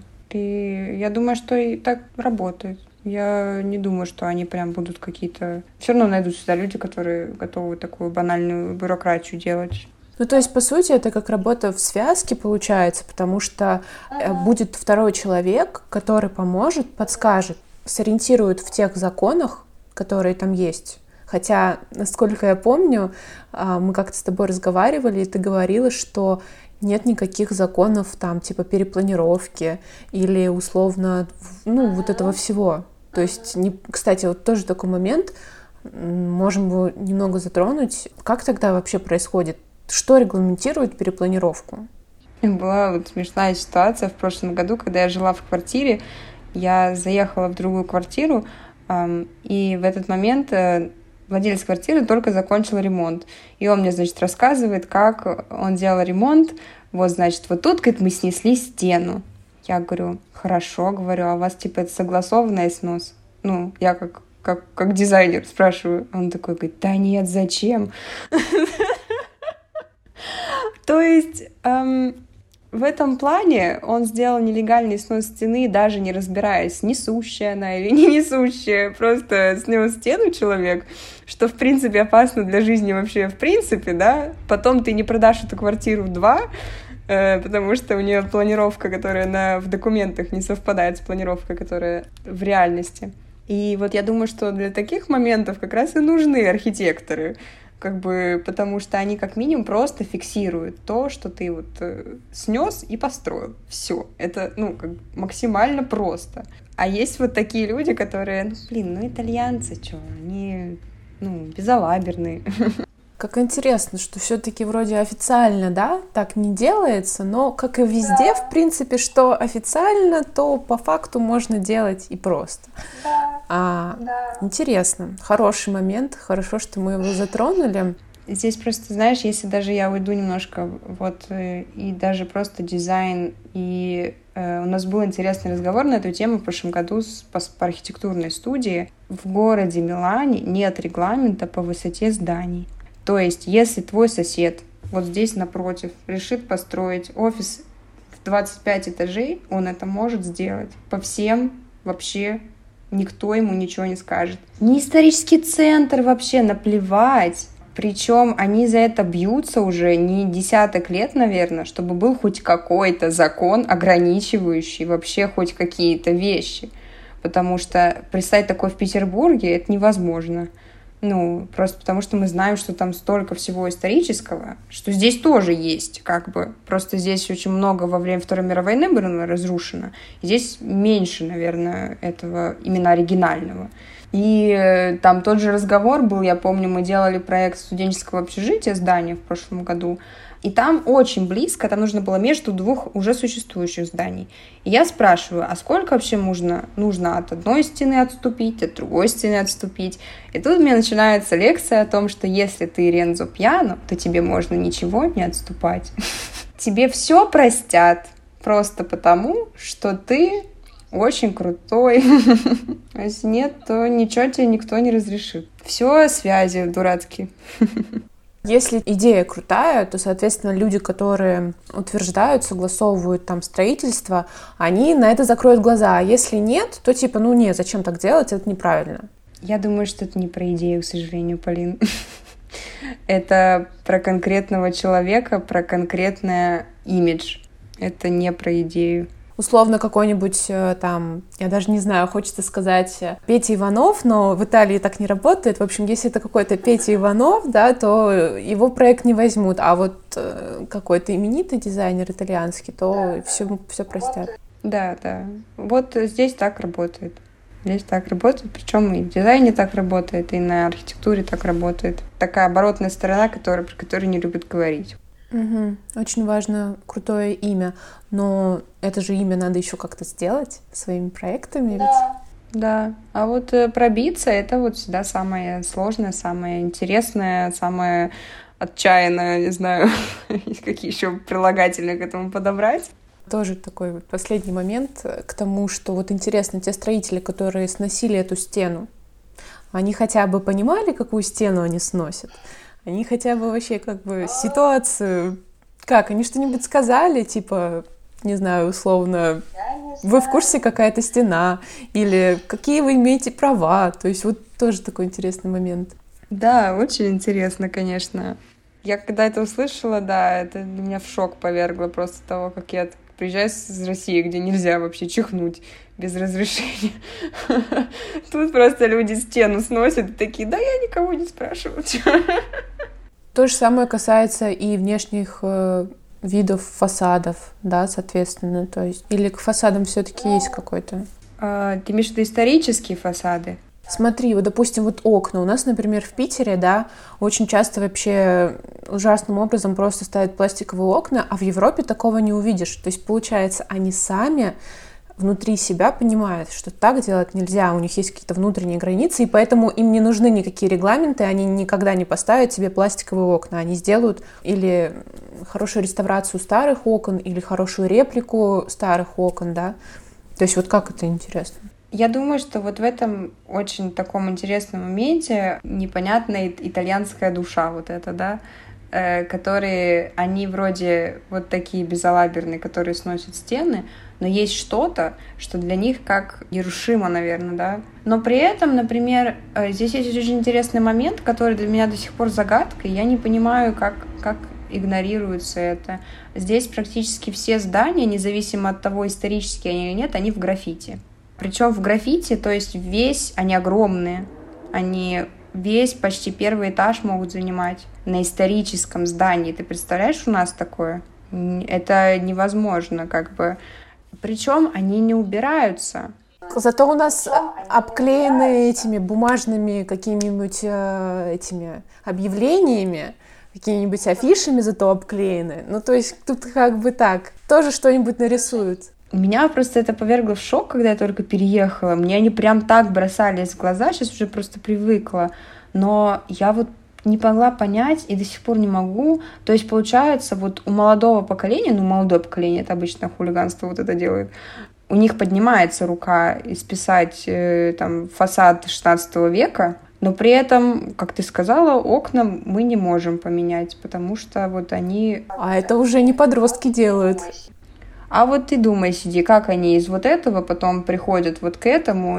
и я думаю, что и так работает. Я не думаю, что они прям будут какие-то... Все равно найдут сюда люди, которые готовы такую банальную бюрократию делать. То есть, по сути, это как работа в связке получается, потому что будет второй человек, который поможет, подскажет, сориентирует в тех законах, которые там есть. Хотя, насколько я помню, мы как-то с тобой разговаривали, и ты говорила, что нет никаких законов там типа перепланировки или условно, вот этого всего. То есть, кстати, вот тоже такой момент, можем его немного затронуть. Как тогда вообще происходит? Что регламентирует перепланировку? Была вот смешная ситуация в прошлом году, когда я жила в квартире, я заехала в другую квартиру, и в этот момент владелец квартиры только закончил ремонт. И он мне, значит, рассказывает, как он делал ремонт. Вот, значит, вот тут, говорит, мы снесли стену. Я говорю, хорошо, говорю, а у вас, типа, это согласованный снос? Ну, я как дизайнер спрашиваю. Он такой говорит, да нет, зачем? То есть в этом плане он сделал нелегальный снос стены, даже не разбираясь, несущая она или не несущая. Просто снес стену человек, что, в принципе, опасно для жизни вообще, в принципе, да. Потом ты не продашь эту квартиру в 2, потому что у нее планировка, которая в документах не совпадает с планировкой, которая в реальности. И вот я думаю, что для таких моментов как раз и нужны архитекторы, потому что они как минимум просто фиксируют то, что ты вот снес и построил. Все. Это, максимально просто. А есть вот такие люди, которые, итальянцы, что, они, безалаберные. Как интересно, что все-таки вроде официально, да, так не делается, но как и везде, в принципе, что официально, то по факту можно делать и просто. Интересно, хороший момент, хорошо, что мы его затронули. Здесь просто, знаешь, если даже я уйду немножко, и даже просто дизайн, и у нас был интересный разговор на эту тему в прошлом году по архитектурной студии. В городе Милане нет регламента по высоте зданий. То есть, если твой сосед вот здесь напротив решит построить офис в 25 этажей, он это может сделать. По всем вообще никто ему ничего не скажет. Не исторический центр вообще, наплевать. Причем они за это бьются уже не десяток лет, наверное, чтобы был хоть какой-то закон, ограничивающий вообще хоть какие-то вещи. Потому что представить такое в Петербурге это невозможно. Просто потому что мы знаем, что там столько всего исторического, что здесь тоже есть, Просто здесь очень много во время Второй мировой войны было разрушено. Здесь меньше, наверное, этого именно оригинального. И там тот же разговор был, я помню, мы делали проект студенческого общежития здания в прошлом году, и там очень близко, там нужно было между двух уже существующих зданий. И я спрашиваю, а сколько вообще нужно от одной стены отступить, от другой стены отступить? И тут у меня начинается лекция о том, что если ты Ренцо Пьяно, то тебе можно ничего не отступать. Тебе все простят просто потому, что ты очень крутой. А если нет, то ничего тебе никто не разрешит. Все связи дурацкие. Если идея крутая, то, соответственно, люди, которые утверждают, согласовывают там строительство, они на это закроют глаза. А если нет, то нет, зачем так делать, это неправильно. Я думаю, что это не про идею, к сожалению, Полин. Это про конкретного человека, про конкретный имидж. Это не про идею. Условно какой-нибудь там, я даже не знаю, хочется сказать Петя Иванов, но в Италии так не работает. В общем, если это какой-то Петя Иванов, да, то его проект не возьмут. А вот какой-то именитый дизайнер итальянский, то все простят. Да. Вот здесь так работает. Причем и в дизайне так работает, и на архитектуре так работает. Такая оборотная сторона, про которую не любят говорить. Угу. Очень важно крутое имя, но это же имя надо еще как-то сделать своими проектами. Да. А вот пробиться — это вот всегда самое сложное, самое интересное, самое отчаянное, не знаю, какие еще прилагательные к этому подобрать. Тоже такой вот последний момент к тому, что вот интересно, те строители, которые сносили эту стену, они хотя бы понимали, какую стену они сносят? Они хотя бы вообще ситуацию... Они что-нибудь сказали, не знаю, условно, вы в курсе, какая-то стена? Или какие вы имеете права? То есть вот тоже такой интересный момент. Да, очень интересно, конечно. Я когда это услышала, да, это меня в шок повергло просто того, как я приезжаю из России, где нельзя вообще чихнуть без разрешения. Тут просто люди стену сносят и такие, да я никого не спрашиваю. То же самое касается и внешних видов фасадов, да, соответственно, то есть или к фасадам все-таки есть какой-то? Ты имеешь в виду исторические фасады? Смотри, вот, допустим, вот окна. У нас, например, в Питере, да, очень часто вообще ужасным образом просто ставят пластиковые окна, а в Европе такого не увидишь. То есть, получается, они сами внутри себя понимают, что так делать нельзя, у них есть какие-то внутренние границы, и поэтому им не нужны никакие регламенты, они никогда не поставят себе пластиковые окна, они сделают или хорошую реставрацию старых окон, или хорошую реплику старых окон, да. То есть вот как это интересно? Я думаю, что вот в этом очень таком интересном моменте непонятная итальянская душа вот эта, да, которые, они вроде вот такие безалаберные, которые сносят стены, но есть что-то, что для них как Иерушима, наверное, да. Но при этом, например, здесь есть очень интересный момент, который для меня до сих пор загадка, и я не понимаю, как игнорируется это. Здесь практически все здания, независимо от того, исторические они или нет, они в граффити. Причем в граффити, то есть они огромные, они весь почти первый этаж могут занимать на историческом здании. Ты представляешь, у нас такое? Это невозможно, как бы. Причем они не убираются. Зато у нас обклеены этими бумажными какими-нибудь этими объявлениями, какими-нибудь афишами зато обклеены. Ну, то есть тут как бы так, тоже что-нибудь нарисуют. Меня просто это повергло в шок, когда я только переехала. Мне они прям так бросались в глаза, сейчас уже просто привыкла. Но я вот не могла понять и до сих пор не могу. То есть, получается, вот у молодого поколения, молодое поколение, это обычно хулиганство вот это делает, у них поднимается рука исписать там фасад 16 века, но при этом, как ты сказала, окна мы не можем поменять, потому что вот они... А это уже не подростки делают. А вот ты думай, сиди, как они из вот этого потом приходят вот к этому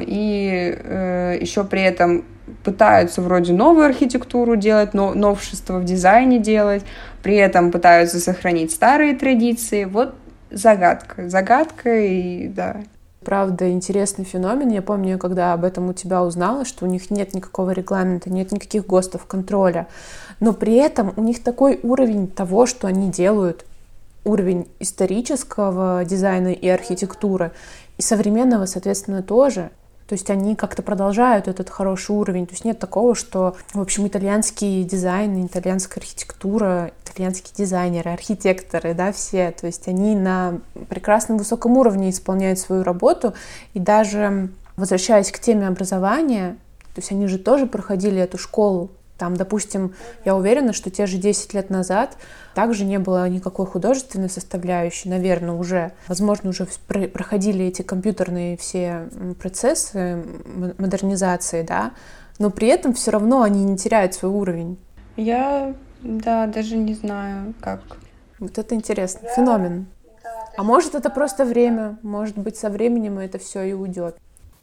и еще при этом пытаются вроде новую архитектуру делать, новшества в дизайне делать, при этом пытаются сохранить старые традиции. Вот загадка и да. Правда, интересный феномен. Я помню, когда об этом у тебя узнала, что у них нет никакого регламента, нет никаких ГОСТов, контроля, но при этом у них такой уровень того, что они делают, уровень исторического дизайна и архитектуры, и современного, соответственно, тоже. То есть они как-то продолжают этот хороший уровень. То есть нет такого, что, в общем, итальянский дизайн, итальянская архитектура, итальянские дизайнеры, архитекторы, да, все, то есть они на прекрасном высоком уровне исполняют свою работу. И даже возвращаясь к теме образования, то есть они же тоже проходили эту школу. Там, допустим, я уверена, что те же 10 лет назад также не было никакой художественной составляющей, наверное, уже, возможно, уже проходили эти компьютерные все процессы модернизации, да, но при этом все равно они не теряют свой уровень. Я, да, даже не знаю, как. Вот это интересно, феномен. А может, это просто время, может быть, со временем это все и уйдет.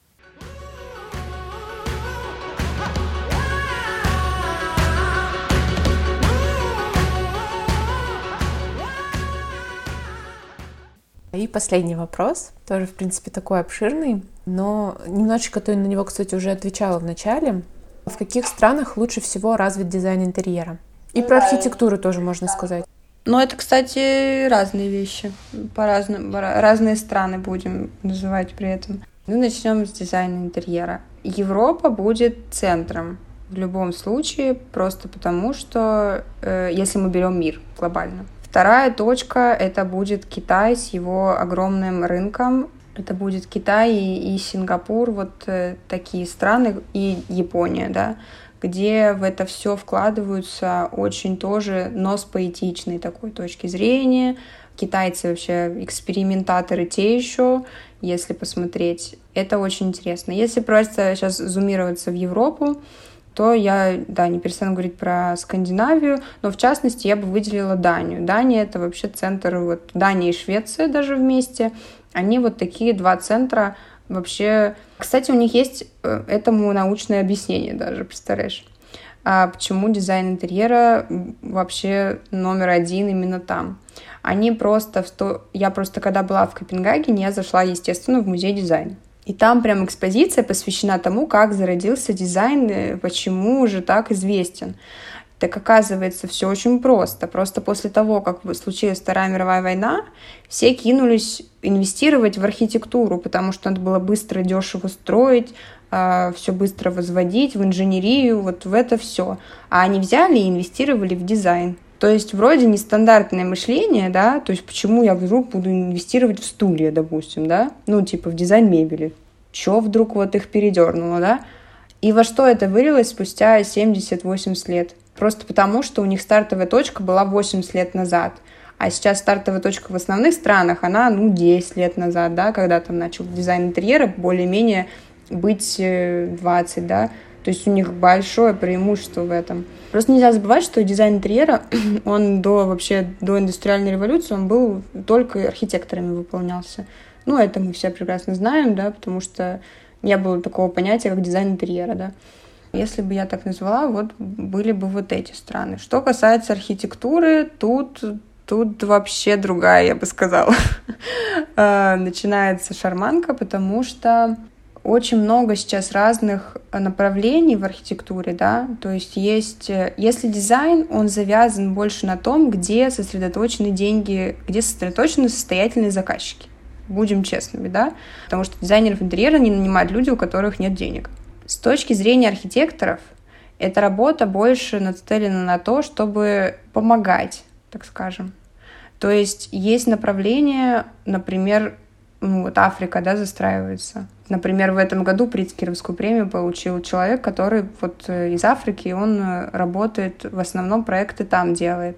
И последний вопрос, тоже, в принципе, такой обширный, но немножечко ты на него, кстати, уже отвечала в начале. В каких странах лучше всего развит дизайн интерьера? И про архитектуру тоже можно сказать. Но это, кстати, разные вещи. Разные страны будем называть при этом. Начнем с дизайна интерьера. Европа будет центром в любом случае, просто потому что, если мы берем мир глобально. Вторая точка — это будет Китай с его огромным рынком. Это будет Китай и Сингапур, вот такие страны, и Япония, да, где в это все вкладываются очень тоже, но с поэтичной такой точки зрения. Китайцы вообще экспериментаторы те еще, если посмотреть. Это очень интересно. Если просто сейчас зумироваться в Европу, то я, да, не перестану говорить про Скандинавию, но в частности я бы выделила Данию. Дания — это вообще центр, вот Дания и Швеция даже вместе, они вот такие два центра вообще. Кстати, у них есть этому научное объяснение даже, представляешь, почему дизайн интерьера вообще номер один именно там. Они просто, я просто когда была в Копенгагене, я зашла, естественно, в музей дизайна. И там прям экспозиция посвящена тому, как зародился дизайн, почему же так известен. Так оказывается, все очень просто. Просто после того, как случилась Вторая мировая война, все кинулись инвестировать в архитектуру, потому что надо было быстро, дешево строить, все быстро возводить, в инженерию, вот в это все. А они взяли и инвестировали в дизайн. То есть вроде нестандартное мышление, да, то есть почему я вдруг буду инвестировать в стулья, допустим, да, ну типа в дизайн мебели. Чё вдруг вот их передернуло, да? И во что это вылилось спустя 70-80 лет? Просто потому, что у них стартовая точка была 80 лет назад. А сейчас стартовая точка в основных странах, она, 10 лет назад, да, когда там начал дизайн интерьера более-менее быть 20, да. То есть у них большое преимущество в этом. Просто нельзя забывать, что дизайн интерьера, он до индустриальной революции, он был только архитекторами выполнялся. Это мы все прекрасно знаем, да, потому что не было такого понятия, как дизайн интерьера, да. Если бы я так назвала, вот были бы вот эти страны. Что касается архитектуры, тут вообще другая, я бы сказала. Начинается шарманка, потому что очень много сейчас разных направлений в архитектуре, да, то есть если дизайн, он завязан больше на том, где сосредоточены деньги, где сосредоточены состоятельные заказчики. Будем честными, да, потому что дизайнеров интерьера не нанимают люди, у которых нет денег. С точки зрения архитекторов, эта работа больше нацелена на то, чтобы помогать, так скажем. То есть направление, например, Африка, да, застраивается. Например, в этом году Прицкеровскую премию получил человек, который из Африки, он работает, в основном проекты там делает.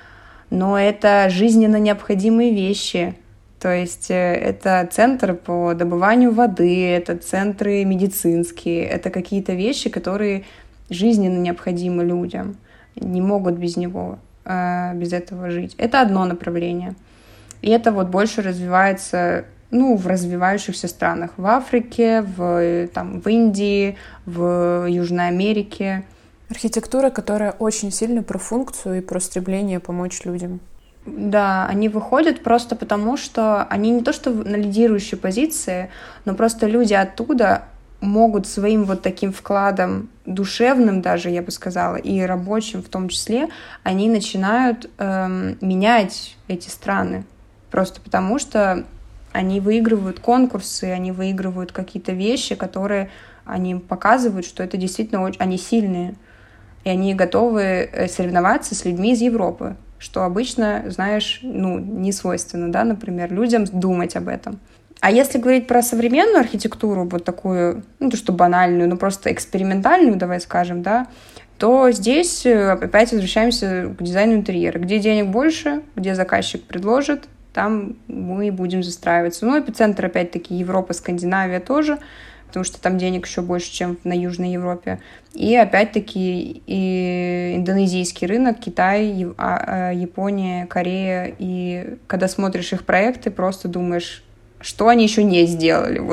Но это жизненно необходимые вещи. То есть это центр по добыванию воды, это центры медицинские, это какие-то вещи, которые жизненно необходимы людям, не могут без этого жить. Это одно направление. И это больше развивается в развивающихся странах. В Африке, в Индии, в Южной Америке. Архитектура, которая очень сильно про функцию и про стремление помочь людям. Да, они выходят просто потому, что они не то что на лидирующей позиции, но просто люди оттуда могут своим таким вкладом душевным даже, я бы сказала, и рабочим в том числе, они начинают менять эти страны. Просто потому что они выигрывают конкурсы, они выигрывают какие-то вещи, которые они показывают, что это действительно они сильные, и они готовы соревноваться с людьми из Европы, что обычно, знаешь, не свойственно, да, например, людям думать об этом. А если говорить про современную архитектуру, такую, то что банальную, просто экспериментальную, давай скажем, да, то здесь опять возвращаемся к дизайну интерьера. Где денег больше, где заказчик предложит, там мы будем застраиваться. Эпицентр, опять-таки, Европа, Скандинавия тоже, потому что там денег еще больше, чем на Южной Европе. И опять-таки и индонезийский рынок, Китай, Япония, Корея. И когда смотришь их проекты, просто думаешь, что они еще не сделали.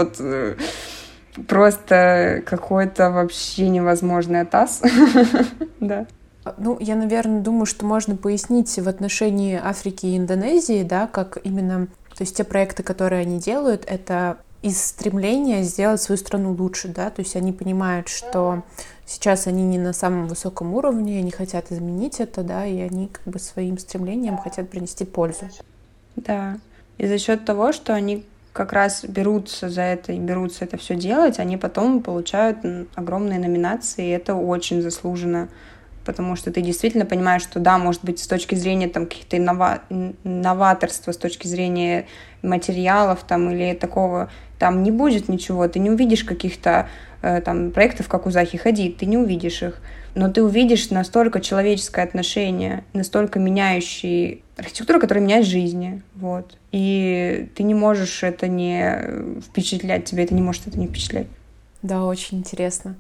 Просто какой-то вообще невозможный атас. Да. Я, наверное, думаю, что можно пояснить в отношении Африки и Индонезии, да, как именно, то есть те проекты, которые они делают, это из стремления сделать свою страну лучше, да, то есть они понимают, что сейчас они не на самом высоком уровне, они хотят изменить это, да, и они своим стремлением хотят принести пользу. Да, и за счет того, что они как раз берутся за это и берутся это все делать, они потом получают огромные номинации, и это очень заслуженно, потому что ты действительно понимаешь, что да, может быть, с точки зрения каких-то новаторства, с точки зрения материалов или такого, там не будет ничего, ты не увидишь каких-то проектов, как у Захи Хадид, ты не увидишь их, но ты увидишь настолько человеческое отношение, настолько меняющий архитектуру, которая меняет жизни, и ты не можешь это не впечатлять, тебе это не может это не впечатлять. Да, очень интересно.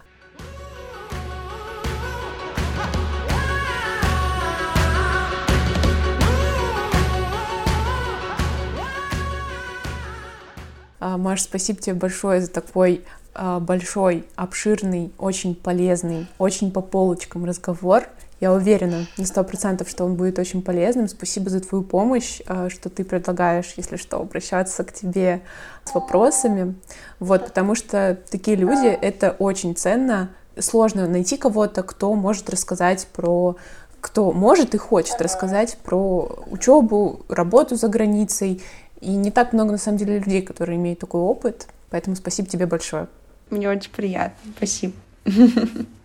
Маш, спасибо тебе большое за такой большой, обширный, очень полезный, очень по полочкам разговор. Я уверена на 100%, что он будет очень полезным. Спасибо за твою помощь, что ты предлагаешь, если что, обращаться к тебе с вопросами. Потому что такие люди — это очень ценно. сложно найти кого-то, кто может рассказать кто может и хочет рассказать про учебу, работу за границей. И не так много, на самом деле, людей, которые имеют такой опыт. Поэтому спасибо тебе большое. Мне очень приятно. Спасибо.